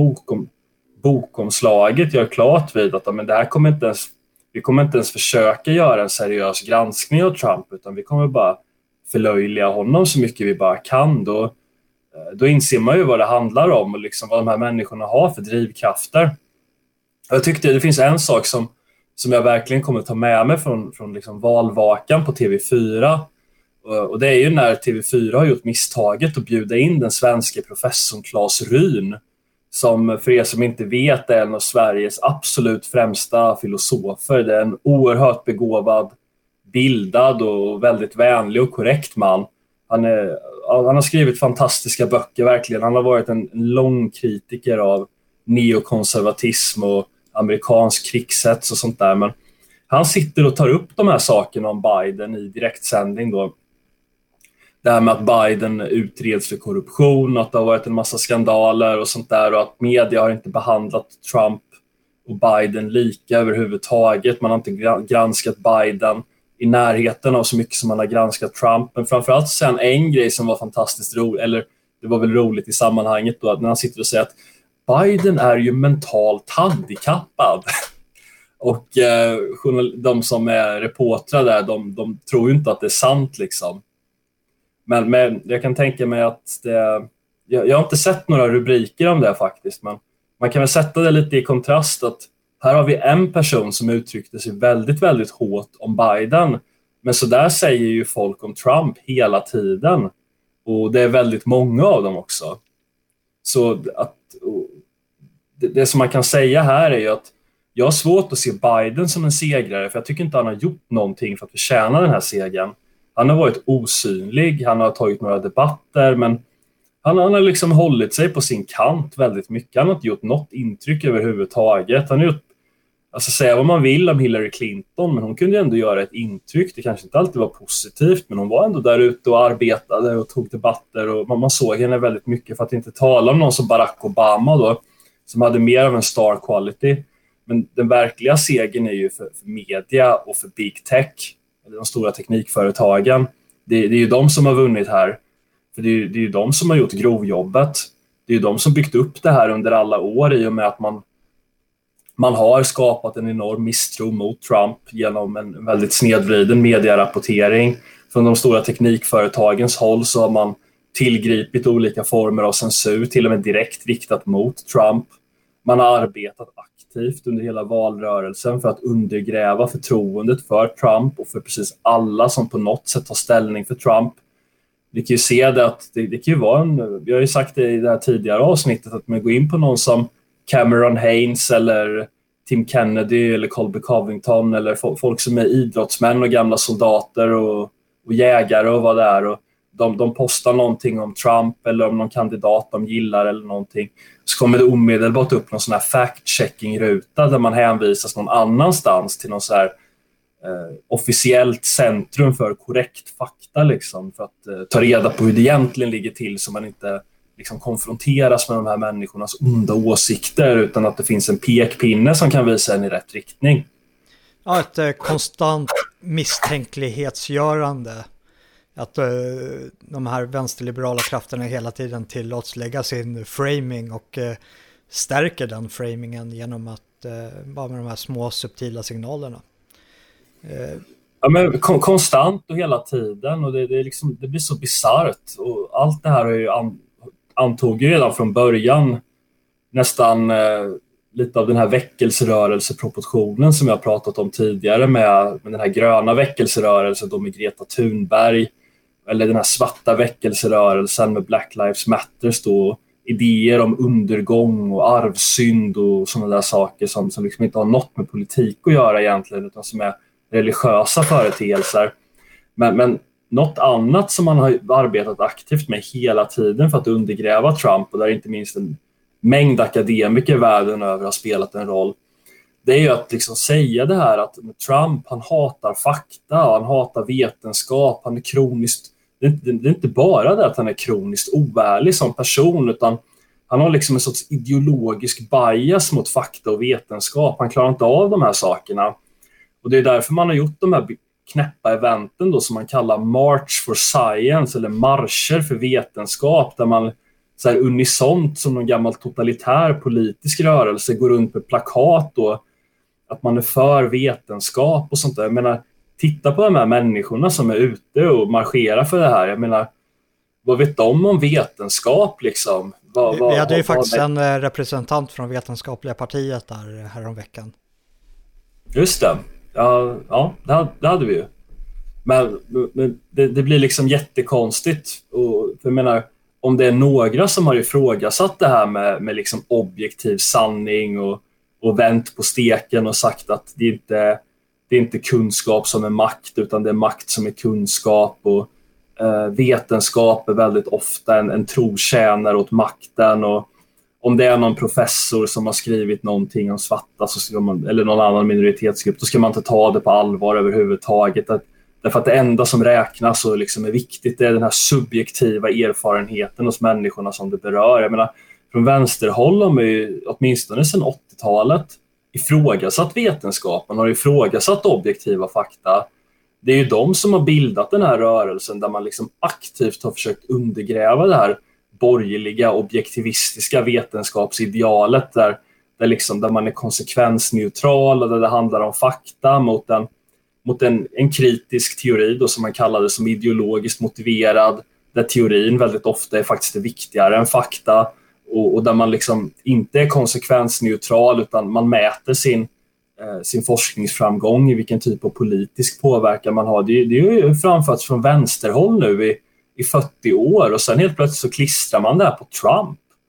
bokomslaget gör klart vid att men det här vi kommer inte ens försöka göra en seriös granskning av Trump, utan vi kommer bara förlöjliga honom så mycket vi bara kan. Då inser man ju vad det handlar om och liksom vad de här människorna har för drivkrafter. Jag tyckte det finns en sak som jag verkligen kommer ta med mig från liksom valvakan på TV4. Och det är ju när TV4 har gjort misstaget att bjuda in den svenska professorn Claes Ryn, som för er som inte vet är en av Sveriges absolut främsta filosofer. Det är en oerhört begåvad, bildad och väldigt vänlig och korrekt man. Han har skrivit fantastiska böcker, verkligen. Han har varit en lång kritiker av neokonservatism och amerikansk krigshets och sånt där. Men han sitter och tar upp de här sakerna om Biden i direktsändning då. Det här med att Biden utreds för korruption, att det har varit en massa skandaler och sånt där, och att media har inte behandlat Trump och Biden lika överhuvudtaget. Man har inte granskat Biden i närheten av så mycket som man har granskat Trump. Men framförallt sen en grej som var fantastiskt rolig, eller det var väl roligt i sammanhanget då, att när han sitter och säger att Biden är ju mentalt handikappad. Och de som är reportrar där, de tror ju inte att det är sant liksom. Men jag kan tänka mig att jag har inte sett några rubriker om det faktiskt, men man kan väl sätta det lite i kontrast att här har vi en person som uttryckte sig väldigt, väldigt hårt om Biden, men så där säger ju folk om Trump hela tiden, och det är väldigt många av dem också. Så Och det som man kan säga här är ju att jag har svårt att se Biden som en segrare, för jag tycker inte han har gjort någonting för att förtjäna den här segern. Han har varit osynlig, han har tagit några debatter, men han har liksom hållit sig på sin kant väldigt mycket. Han har inte gjort något intryck överhuvudtaget. Han har gjort, alltså säga vad man vill om Hillary Clinton, men hon kunde ändå göra ett intryck. Det kanske inte alltid var positivt, men hon var ändå där ute och arbetade och tog debatter, och man såg henne väldigt mycket, för att inte tala om någon som Barack Obama då, som hade mer av en star quality. Men den verkliga segern är ju för media och för big tech, eller de stora teknikföretagen. Det är ju de som har vunnit här. För det är ju de som har gjort grovjobbet. Det är ju de som byggt upp det här under alla år, i och med att man har skapat en enorm misstro mot Trump genom en väldigt snedvriden medierapportering. Från de stora teknikföretagens håll så har man tillgripit olika former av censur, till och med direkt riktat mot Trump. Man har arbetat aktivt under hela valrörelsen för att undergräva förtroendet för Trump och för precis alla som på något sätt tar ställning för Trump. Vi kan ju se det att det kan ju vara vi har ju sagt det i det här tidigare avsnittet, att man går in på någon som Cameron Haynes eller Tim Kennedy eller Colby Covington, eller folk som är idrottsmän och gamla soldater och jägare och vad det är, och de postar någonting om Trump eller om någon kandidat de gillar eller någonting, så kommer det omedelbart upp någon sån här fact-checking-ruta där man hänvisas någon annanstans till någon så här officiellt centrum för korrekt fakta, liksom, för att ta reda på hur det egentligen ligger till, så man inte liksom konfronteras med de här människornas onda åsikter, utan att det finns en pekpinne som kan visa en i rätt riktning. Ja, ett konstant misstänklighetsgörande. Att de här vänsterliberala krafterna hela tiden tillåts lägga sin framing och stärker den framingen genom att bara med de här små subtila signalerna. Ja, men konstant och hela tiden, och det blir så bizarrt, och allt det här är ju antog ju redan från början nästan lite av den här väckelserörelseproportionen som jag pratat om tidigare, med den här gröna väckelserörelsen då med Greta Thunberg, eller den här svarta väckelserörelsen med Black Lives Matter då, idéer om undergång och arvsynd och sådana där saker som liksom inte har något med politik att göra egentligen, utan som är religiösa företeelser. Men något annat som man har arbetat aktivt med hela tiden för att undergräva Trump, och där inte minst en mängd akademiker världen över har spelat en roll, det är ju att liksom säga det här att Trump, han hatar fakta, han hatar vetenskap, han är kroniskt, det är inte bara det att han är kroniskt oärlig som person, utan han har liksom en sorts ideologisk bias mot fakta och vetenskap. Han klarar inte av de här sakerna. Och det är därför man har gjort de här knäppa eventen då, som man kallar March for Science, eller marscher för vetenskap, där man så här unisont som någon gammal totalitär politisk rörelse går runt med plakat då, att man är för vetenskap och sånt där. Jag menar, titta på de här människorna som är ute och marscherar för det här. Jag menar, vad vet de om vetenskap liksom? Vi hade ju faktiskt en representant från Vetenskapliga partiet där häromveckan. Just det. Ja, det hade vi ju. Men det blir liksom jättekonstigt. Och för jag menar, om det är några som har ifrågasatt det här med liksom objektiv sanning och vänt på steken och sagt att det är inte kunskap som är makt, utan det är makt som är kunskap, och vetenskap är väldigt ofta en trotjänare åt makten, och om det är någon professor som har skrivit någonting om svarta så ska man, eller någon annan minoritetsgrupp, då ska man inte ta det på allvar överhuvudtaget. Därför att det enda som räknas och liksom är viktigt, det är den här subjektiva erfarenheten hos människorna som det berör. Jag menar, från vänsterhåll har man ju åtminstone sedan 80-talet ifrågasatt vetenskapen, har ifrågasatt objektiva fakta. Det är ju de som har bildat den här rörelsen där man liksom aktivt har försökt undergräva det här borgerliga, objektivistiska vetenskapsidealet där man är konsekvensneutral och där det handlar om fakta mot en kritisk teori då, som man kallar det, som ideologiskt motiverad, där teorin väldigt ofta är faktiskt viktigare än fakta, och där man liksom inte är konsekvensneutral, utan man mäter sin forskningsframgång i vilken typ av politisk påverkan man har. Det är ju framförts från vänsterhåll nu i 40 år, och sen helt plötsligt så klistrar man det här på Trump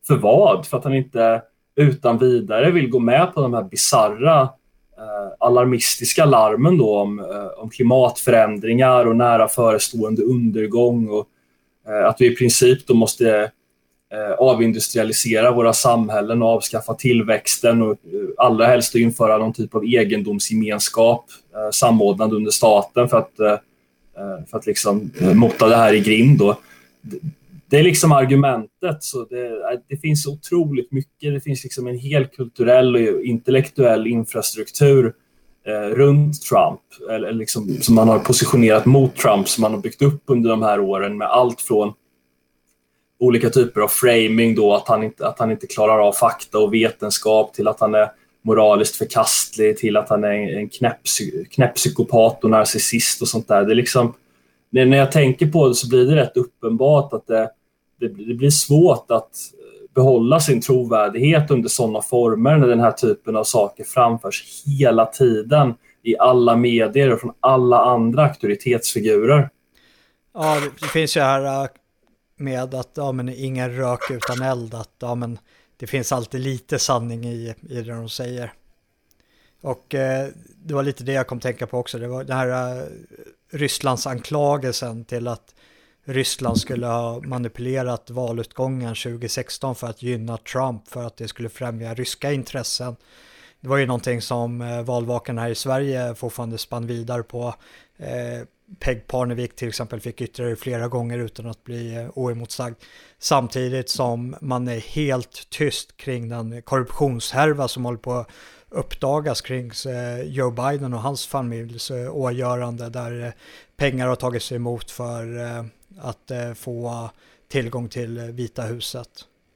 För vad? För att han inte utan vidare vill gå med på de här bizarra alarmistiska larmen då om klimatförändringar och nära förestående undergång, och att vi i princip då måste avindustrialisera våra samhällen och avskaffa tillväxten och allra helst införa någon typ av egendomsgemenskap samordnad under staten för att liksom mota det här i grind då. Det är liksom argumentet, så det finns otroligt mycket. Det finns liksom en hel kulturell och intellektuell infrastruktur runt Trump, eller liksom, som man har positionerat mot Trump, som man har byggt upp under de här åren, med allt från olika typer av framing då, att han inte klarar av fakta och vetenskap, till att han är moraliskt förkastlig, till att han är en knäpp psykopat och narcissist och sånt där. Det är liksom, när jag tänker på det så blir det rätt uppenbart att det blir svårt att behålla sin trovärdighet under sådana former när den här typen av saker framförs hela tiden i alla medier och från alla andra auktoritetsfigurer. Ja, det finns ju här med att men ingen rök utan eld, att men det finns alltid lite sanning i det de säger. Och det var lite det jag kom tänka på också. Det var den här Rysslands anklagelsen till att Ryssland skulle ha manipulerat valutgången 2016 för att gynna Trump, för att det skulle främja ryska intressen. Det var ju någonting som valvaken här i Sverige fortfarande spann vidare på. Peg Parnevik till exempel fick yttra flera gånger utan att bli oemotsagd. Samtidigt som man är helt tyst kring den korruptionshärva som håller på att uppdagas kring Joe Biden och hans familjs ågörande, där pengar har tagits emot för att få tillgång till Vita huset.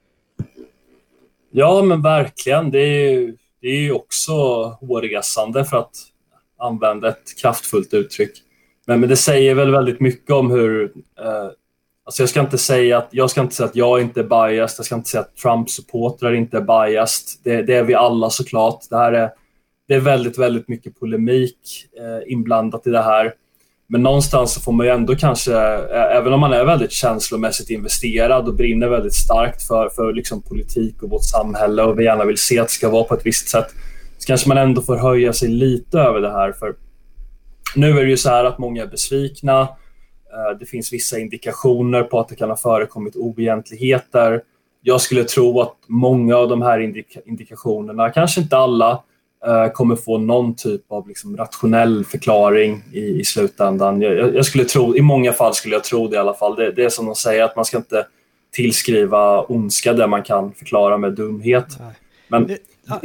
Ja, men verkligen. Det är ju också hårresande, för att använda ett kraftfullt uttryck. Men det säger väl väldigt mycket om hur... alltså jag ska inte säga att jag inte är biased. Jag ska inte säga att Trump-supportrar inte är biased. Det är vi alla såklart. Det är väldigt, väldigt mycket polemik inblandat i det här. Men någonstans så får man ju ändå kanske, även om man är väldigt känslomässigt investerad och brinner väldigt starkt för liksom politik och vårt samhälle, och vi gärna vill se att det ska vara på ett visst sätt, så kanske man ändå får höja sig lite över det här. För nu är det ju så här att många är besvikna. Det finns vissa indikationer på att det kan ha förekommit oegentligheter. Jag skulle tro att många av de här indikationerna, kanske inte alla, kommer få någon typ av liksom rationell förklaring i slutändan. Jag skulle tro, i många fall skulle jag tro det i alla fall. Det är som de säger, att man ska inte tillskriva ondska där man kan förklara med dumhet. Men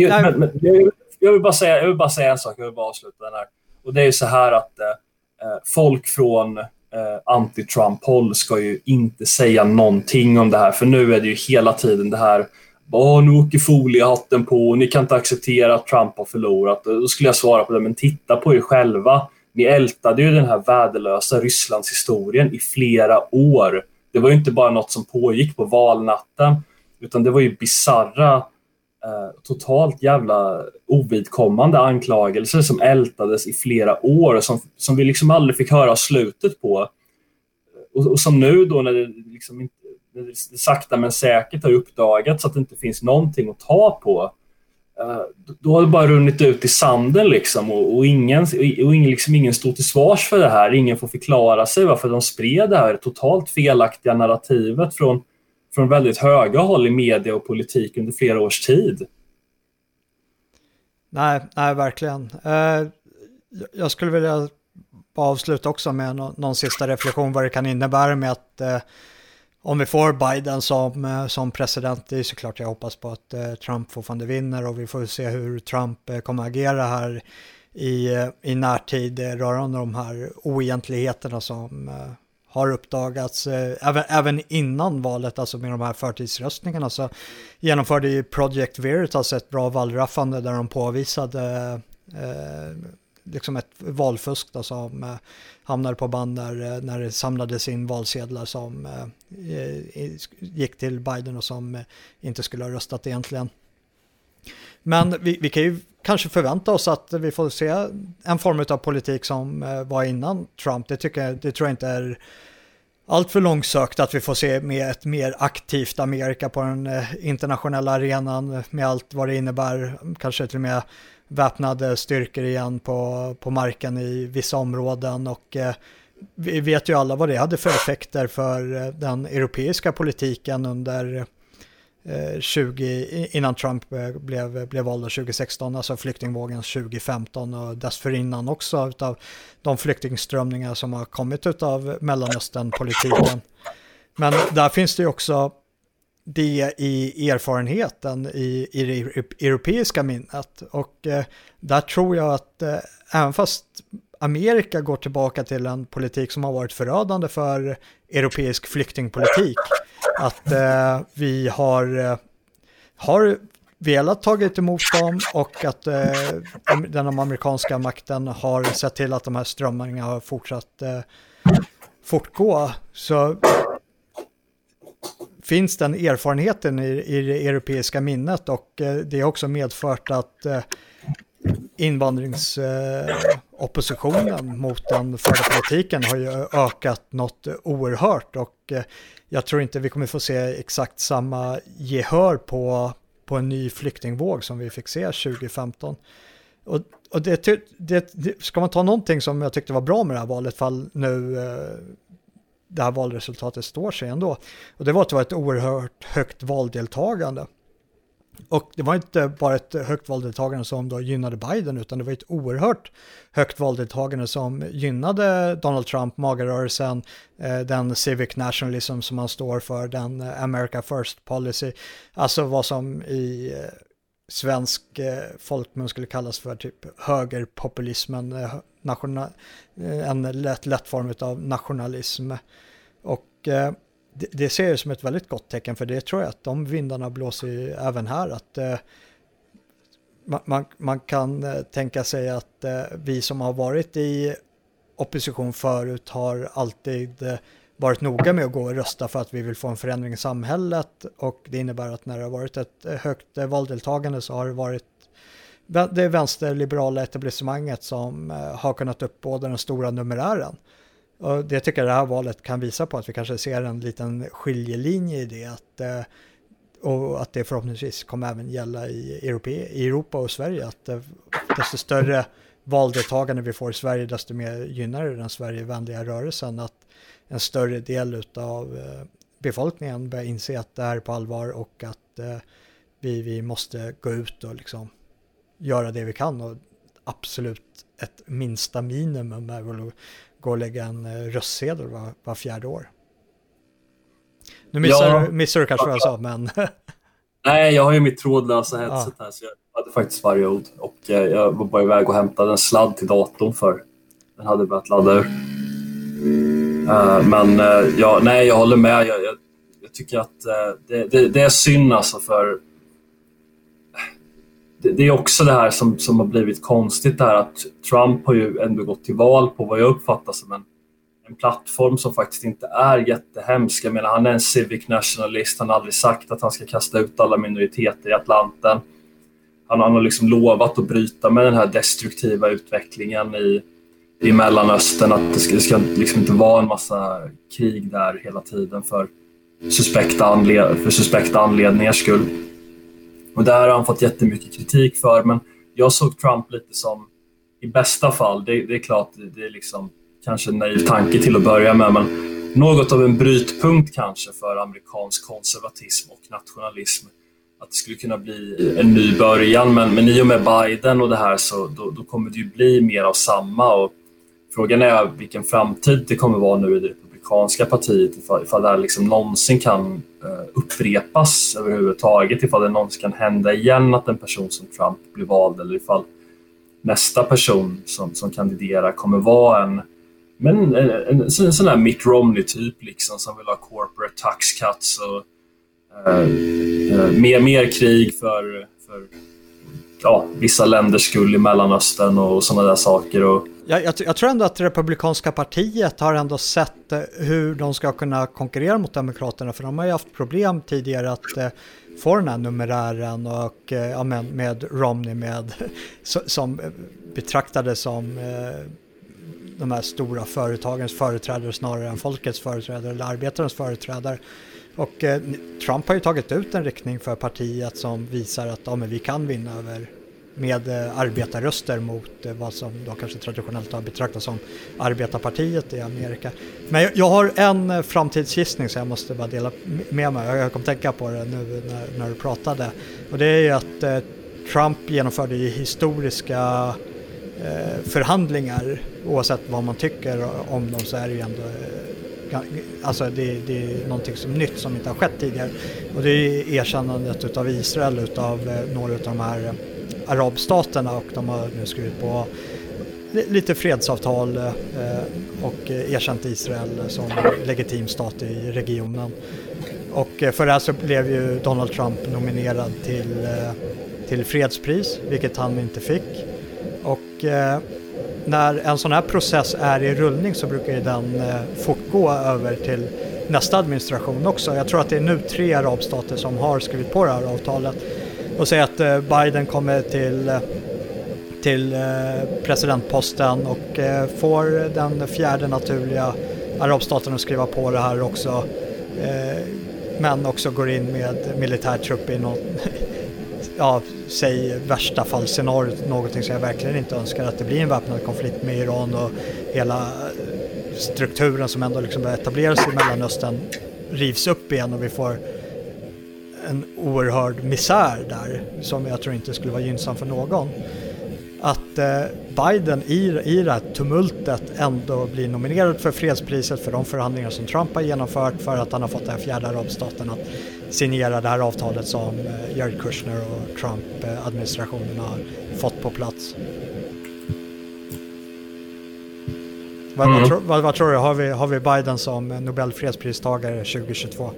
jag vill bara säga en sak, jag vill bara avsluta den här. Och det är så här att folk från anti-Trump-håll ska ju inte säga någonting om det här, för nu är det ju hela tiden det här: nu åker foliehatten på, ni kan inte acceptera att Trump har förlorat. Då skulle jag svara på det, men titta på er själva. Ni ältade ju den här värdelösa Rysslands historien i flera år. Det var ju inte bara något som pågick på valnatten, utan det var ju bizarra, totalt jävla ovidkommande anklagelser som ältades i flera år, som vi liksom aldrig fick höra slutet på. Och som nu då, när det liksom inte, sakta men säkert har uppdagats att det inte finns någonting att ta på, då har det bara runnit ut i sanden liksom, och ingen står till svars för det här. Ingen får förklara sig varför de spred det här totalt felaktiga narrativet från väldigt höga håll i media och politik under flera års tid. Nej, verkligen. Jag skulle vilja avsluta också med någon sista reflektion vad det kan innebära med att om vi får Biden som president. Det är såklart, jag hoppas på att Trump fortfarande vinner, och vi får se hur Trump kommer agera här i närtid rörande de här oegentligheterna som har uppdagats även innan valet, alltså med de här förtidsröstningarna. Så genomförde ju Project Veritas ett bra valraffande där de påvisade liksom ett valfusk då, som hamnade på band när det samlades in valsedlar som gick till Biden och som inte skulle ha röstat egentligen. Men vi kan ju kanske förvänta oss att vi får se en form av politik som var innan Trump. Det tror jag inte är allt för långsökt att vi får se med ett mer aktivt Amerika på den internationella arenan med allt vad det innebär, kanske till och med väpnade styrkor igen på marken i vissa områden, och vi vet ju alla vad det hade för effekter för den europeiska politiken under innan Trump blev vald 2016, alltså flyktingvågen 2015 och dessförinnan också utav de flyktingströmningar som har kommit utav Mellanöstern-politiken. Men där finns det ju också det i erfarenheten i det europeiska minnet, och där tror jag att även fast Amerika går tillbaka till en politik som har varit förödande för europeisk flyktingpolitik, att vi har velat tagit emot dem, och att den amerikanska makten har sett till att de här strömmarna har fortsatt fortgå, så finns den erfarenheten i det europeiska minnet, och det har också medfört att invandringsoppositionen mot den förda politiken har ju ökat något oerhört, och jag tror inte vi kommer få se exakt samma gehör på en ny flyktingvåg som vi fick se 2015. Och det ska man ta någonting som jag tyckte var bra med det här valet, fall nu det här valresultatet står sig ändå, och det var att det var ett oerhört högt valdeltagande. Och det var inte bara ett högt valdeltagande som då gynnade Biden, utan det var ett oerhört högt valdeltagande som gynnade Donald Trump, magarörelsen, den civic nationalism som han står för, den America First policy, alltså vad som i svensk folkmun skulle kallas för typ högerpopulismen, en lätt form av nationalism. Och det ser jag som ett väldigt gott tecken, för det tror jag att de vindarna blåser även här, att man kan tänka sig att vi som har varit i opposition förut har alltid varit noga med att gå och rösta för att vi vill få en förändring i samhället, och det innebär att när det har varit ett högt valdeltagande så har det varit det vänsterliberala etablissemanget som har kunnat uppbåda den stora numerären. Och det tycker jag det här valet kan visa på, att vi kanske ser en liten skiljelinje i det, och att det förhoppningsvis kommer även gälla i Europa och Sverige, att desto större valdeltagande vi får i Sverige, desto mer gynnar det den Sverigevänliga rörelsen, att en större del av befolkningen börjar inse att det här är på allvar, och att vi måste gå ut och liksom göra det vi kan, och absolut ett minsta minimum är väl att gå och lägga en röstsedel var fjärde år. Nu missar du kanske vad jag sa, men... Nej, jag har ju mitt trådlösa headset här, så jag hade faktiskt varje ord. Och jag var bara iväg och hämtade en sladd till datorn, för den hade börjat ladda ur. Jag håller med. Jag tycker att det är synd alltså, för det är också det här som har blivit konstigt, det här att Trump har ju ändå gått till val på vad jag uppfattar som en plattform som faktiskt inte är jättehemsk. Jag menar, han är en civic nationalist, han har aldrig sagt att han ska kasta ut alla minoriteter i Atlanten. Han har liksom lovat att bryta med den här destruktiva utvecklingen i Mellanöstern, att det ska liksom inte vara en massa krig där hela tiden för suspekta anledningars skull. Och där har han fått jättemycket kritik för, men jag såg Trump lite som, i bästa fall, det är klart, det är liksom kanske en naiv tanke till att börja med, men något av en brytpunkt kanske för amerikansk konservatism och nationalism. Att det skulle kunna bli en ny början, men i och med Biden och det här, så då kommer det ju bli mer av samma, och frågan är vilken framtid det kommer vara nu i det republikanska partiet, ifall det här liksom någonsin kan upprepas överhuvudtaget, ifall det någonsin kan hända igen att en person som Trump blir vald, eller ifall nästa person som kandiderar kommer vara en sån här Mitt Romney-typ liksom, som vill ha corporate tax cuts och mer krig för vissa länders skull i Mellanöstern och sådana där saker. Och jag tror ändå att republikanska partiet har ändå sett hur de ska kunna konkurrera mot demokraterna, för de har ju haft problem tidigare att få den här numerären, och med Romney som betraktades som de här stora företagens företrädare snarare än folkets företrädare eller arbetarens företrädare. Och Trump har ju tagit ut en riktning för partiet som visar att men vi kan vinna över med arbetarröster mot vad som då kanske traditionellt har betraktats som arbetarpartiet i Amerika. Men jag har en framtidsgissning så jag måste bara dela med mig. Jag kom tänka på det nu när du pratade. Och det är ju att Trump genomförde historiska förhandlingar. Oavsett vad man tycker om dem så är det ju ändå alltså det är någonting som nytt som inte har skett tidigare. Och det är erkännandet utav Israel utav några av de här arabstaterna, och de har nu skrivit på lite fredsavtal och erkänt Israel som legitim stat i regionen. Och för det här så blev ju Donald Trump nominerad till fredspris, vilket han inte fick. Och när en sån här process är i rullning så brukar ju den fortgå över till nästa administration också. Jag tror att det är nu 3 arabstater som har skrivit på det här avtalet. Och säger att Biden kommer till presidentposten och får den 4:e naturliga arabstaten att skriva på det här också. Men också går in med militärtrupp i någon säg värsta fall scenariot, någonting som jag verkligen inte önskar, att det blir en väpnad konflikt med Iran och hela strukturen som ändå liksom börjar etableras i Mellanöstern rivs upp igen och vi får en oerhörd misär där som jag tror inte skulle vara gynnsam för någon. Att Biden i det här tumultet ändå blir nominerad för fredspriset för de förhandlingar som Trump har genomfört, för att han har fått den 4:e arabstaten att signera det här avtalet som Jared Kushner och Trump-administrationen har fått på plats. Vad tror du? Har vi Biden som Nobel fredspristagare 2022?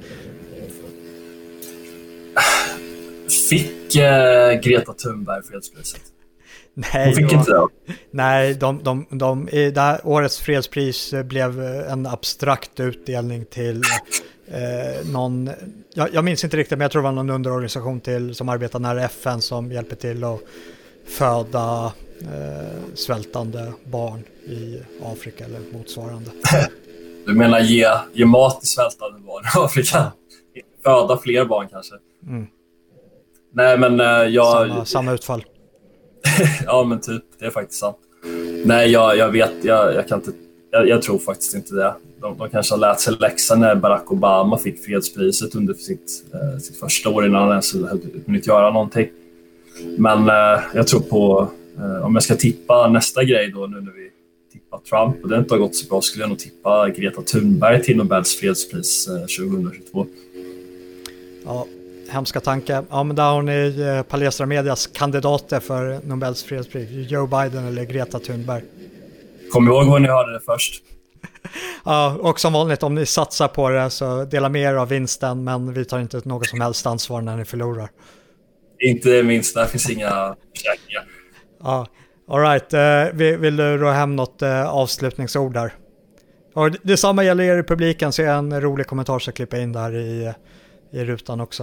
Fick Greta Thunberg fredspriset? Nej, hon fick inte det. Nej, i det här årets fredspris blev en abstrakt utdelning till någon, jag minns inte riktigt, men jag tror det var någon underorganisation som arbetar nära FN som hjälper till att föda svältande barn i Afrika eller motsvarande. Du menar ge mat till svältande barn i Afrika? Ja. Föda fler barn kanske? Mm. Nej, men samma utfall. Ja, men typ, det är faktiskt sant. Nej, jag vet, jag kan inte, jag tror faktiskt inte det. De kanske har lärt sig läxan när Barack Obama fick fredspriset under sitt första år innan han ens hunnit göra någonting. Men jag tror på, om jag ska tippa nästa grej då, nu när vi tippar Trump och det inte har gått så bra, skulle jag nog tippa Greta Thunberg till Nobels fredspris 2022. Ja, hemska tanke. Ja, men där har ni Palestra Medias kandidater för Nobels fredspris. Joe Biden eller Greta Thunberg. Kom ihåg vad ni hörde det först. Ja, och som vanligt, om ni satsar på det så dela med er av vinsten, men vi tar inte något som helst ansvar när ni förlorar. Inte minst, där finns inga försäkringar. Ja, all right. Vill du då hem något avslutningsord där? Och detsamma gäller er i publiken, så är en rolig kommentar så klippa in där i rutan också.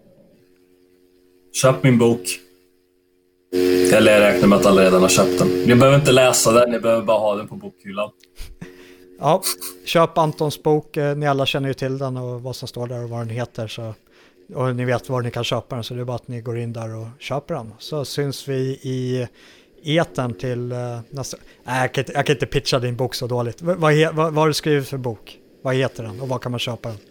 Köp min bok. Eller jag räknar med att alla redan har köpt den. Ni behöver inte läsa den, ni behöver bara ha den på bokhyllan. Ja, köp Antons bok. Ni alla känner ju till den och vad som står där och vad den heter. Så, och ni vet var ni kan köpa den, så det är bara att ni går in där och köper den. Så syns vi i etern till nästa... Nej, jag kan inte pitcha din bok så dåligt. Vad har du skrivit för bok? Vad heter den och var kan man köpa den?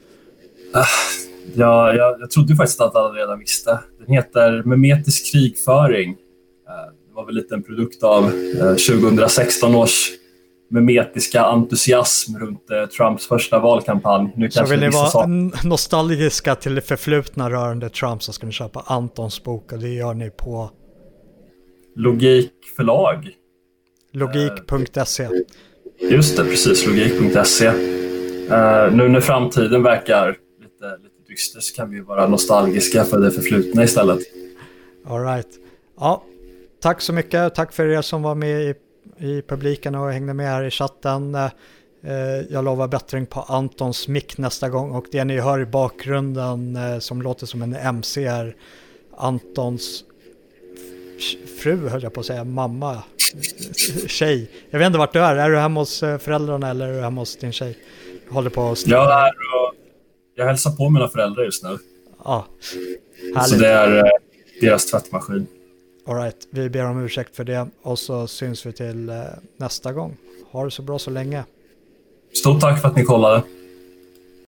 Jag trodde faktiskt att alla redan visste. Den heter Memetisk krigföring. Det var väl lite en produkt av 2016 års memetiska entusiasm runt Trumps första valkampanj. Nu så vill ni vara nostalgiska till det förflutna rörande Trump, så ska ni köpa Antons bok, och det gör ni på Logik förlag. Logik.se. Just det, precis. Logik.se. Nu när framtiden verkar lite dyster så kan vi vara nostalgiska för det förflutna istället. All right. Ja, tack så mycket. Tack för er som var med i publiken och hängde med här i chatten. Jag lovar bättring på Antons mick nästa gång, och det ni hör i bakgrunden som låter som en MC är Antons fru, höll jag på att säga, mamma tjej. Jag vet inte vart du är. Är du hemma hos föräldrarna eller är du hemma hos din tjej? Håller på att jag är här och jag hälsar på mina föräldrar just nu. Ja, härligt. Så det är deras tvättmaskin. All right, vi ber om ursäkt för det och så syns vi till nästa gång. Ha det så bra så länge. Stort tack för att ni kollade.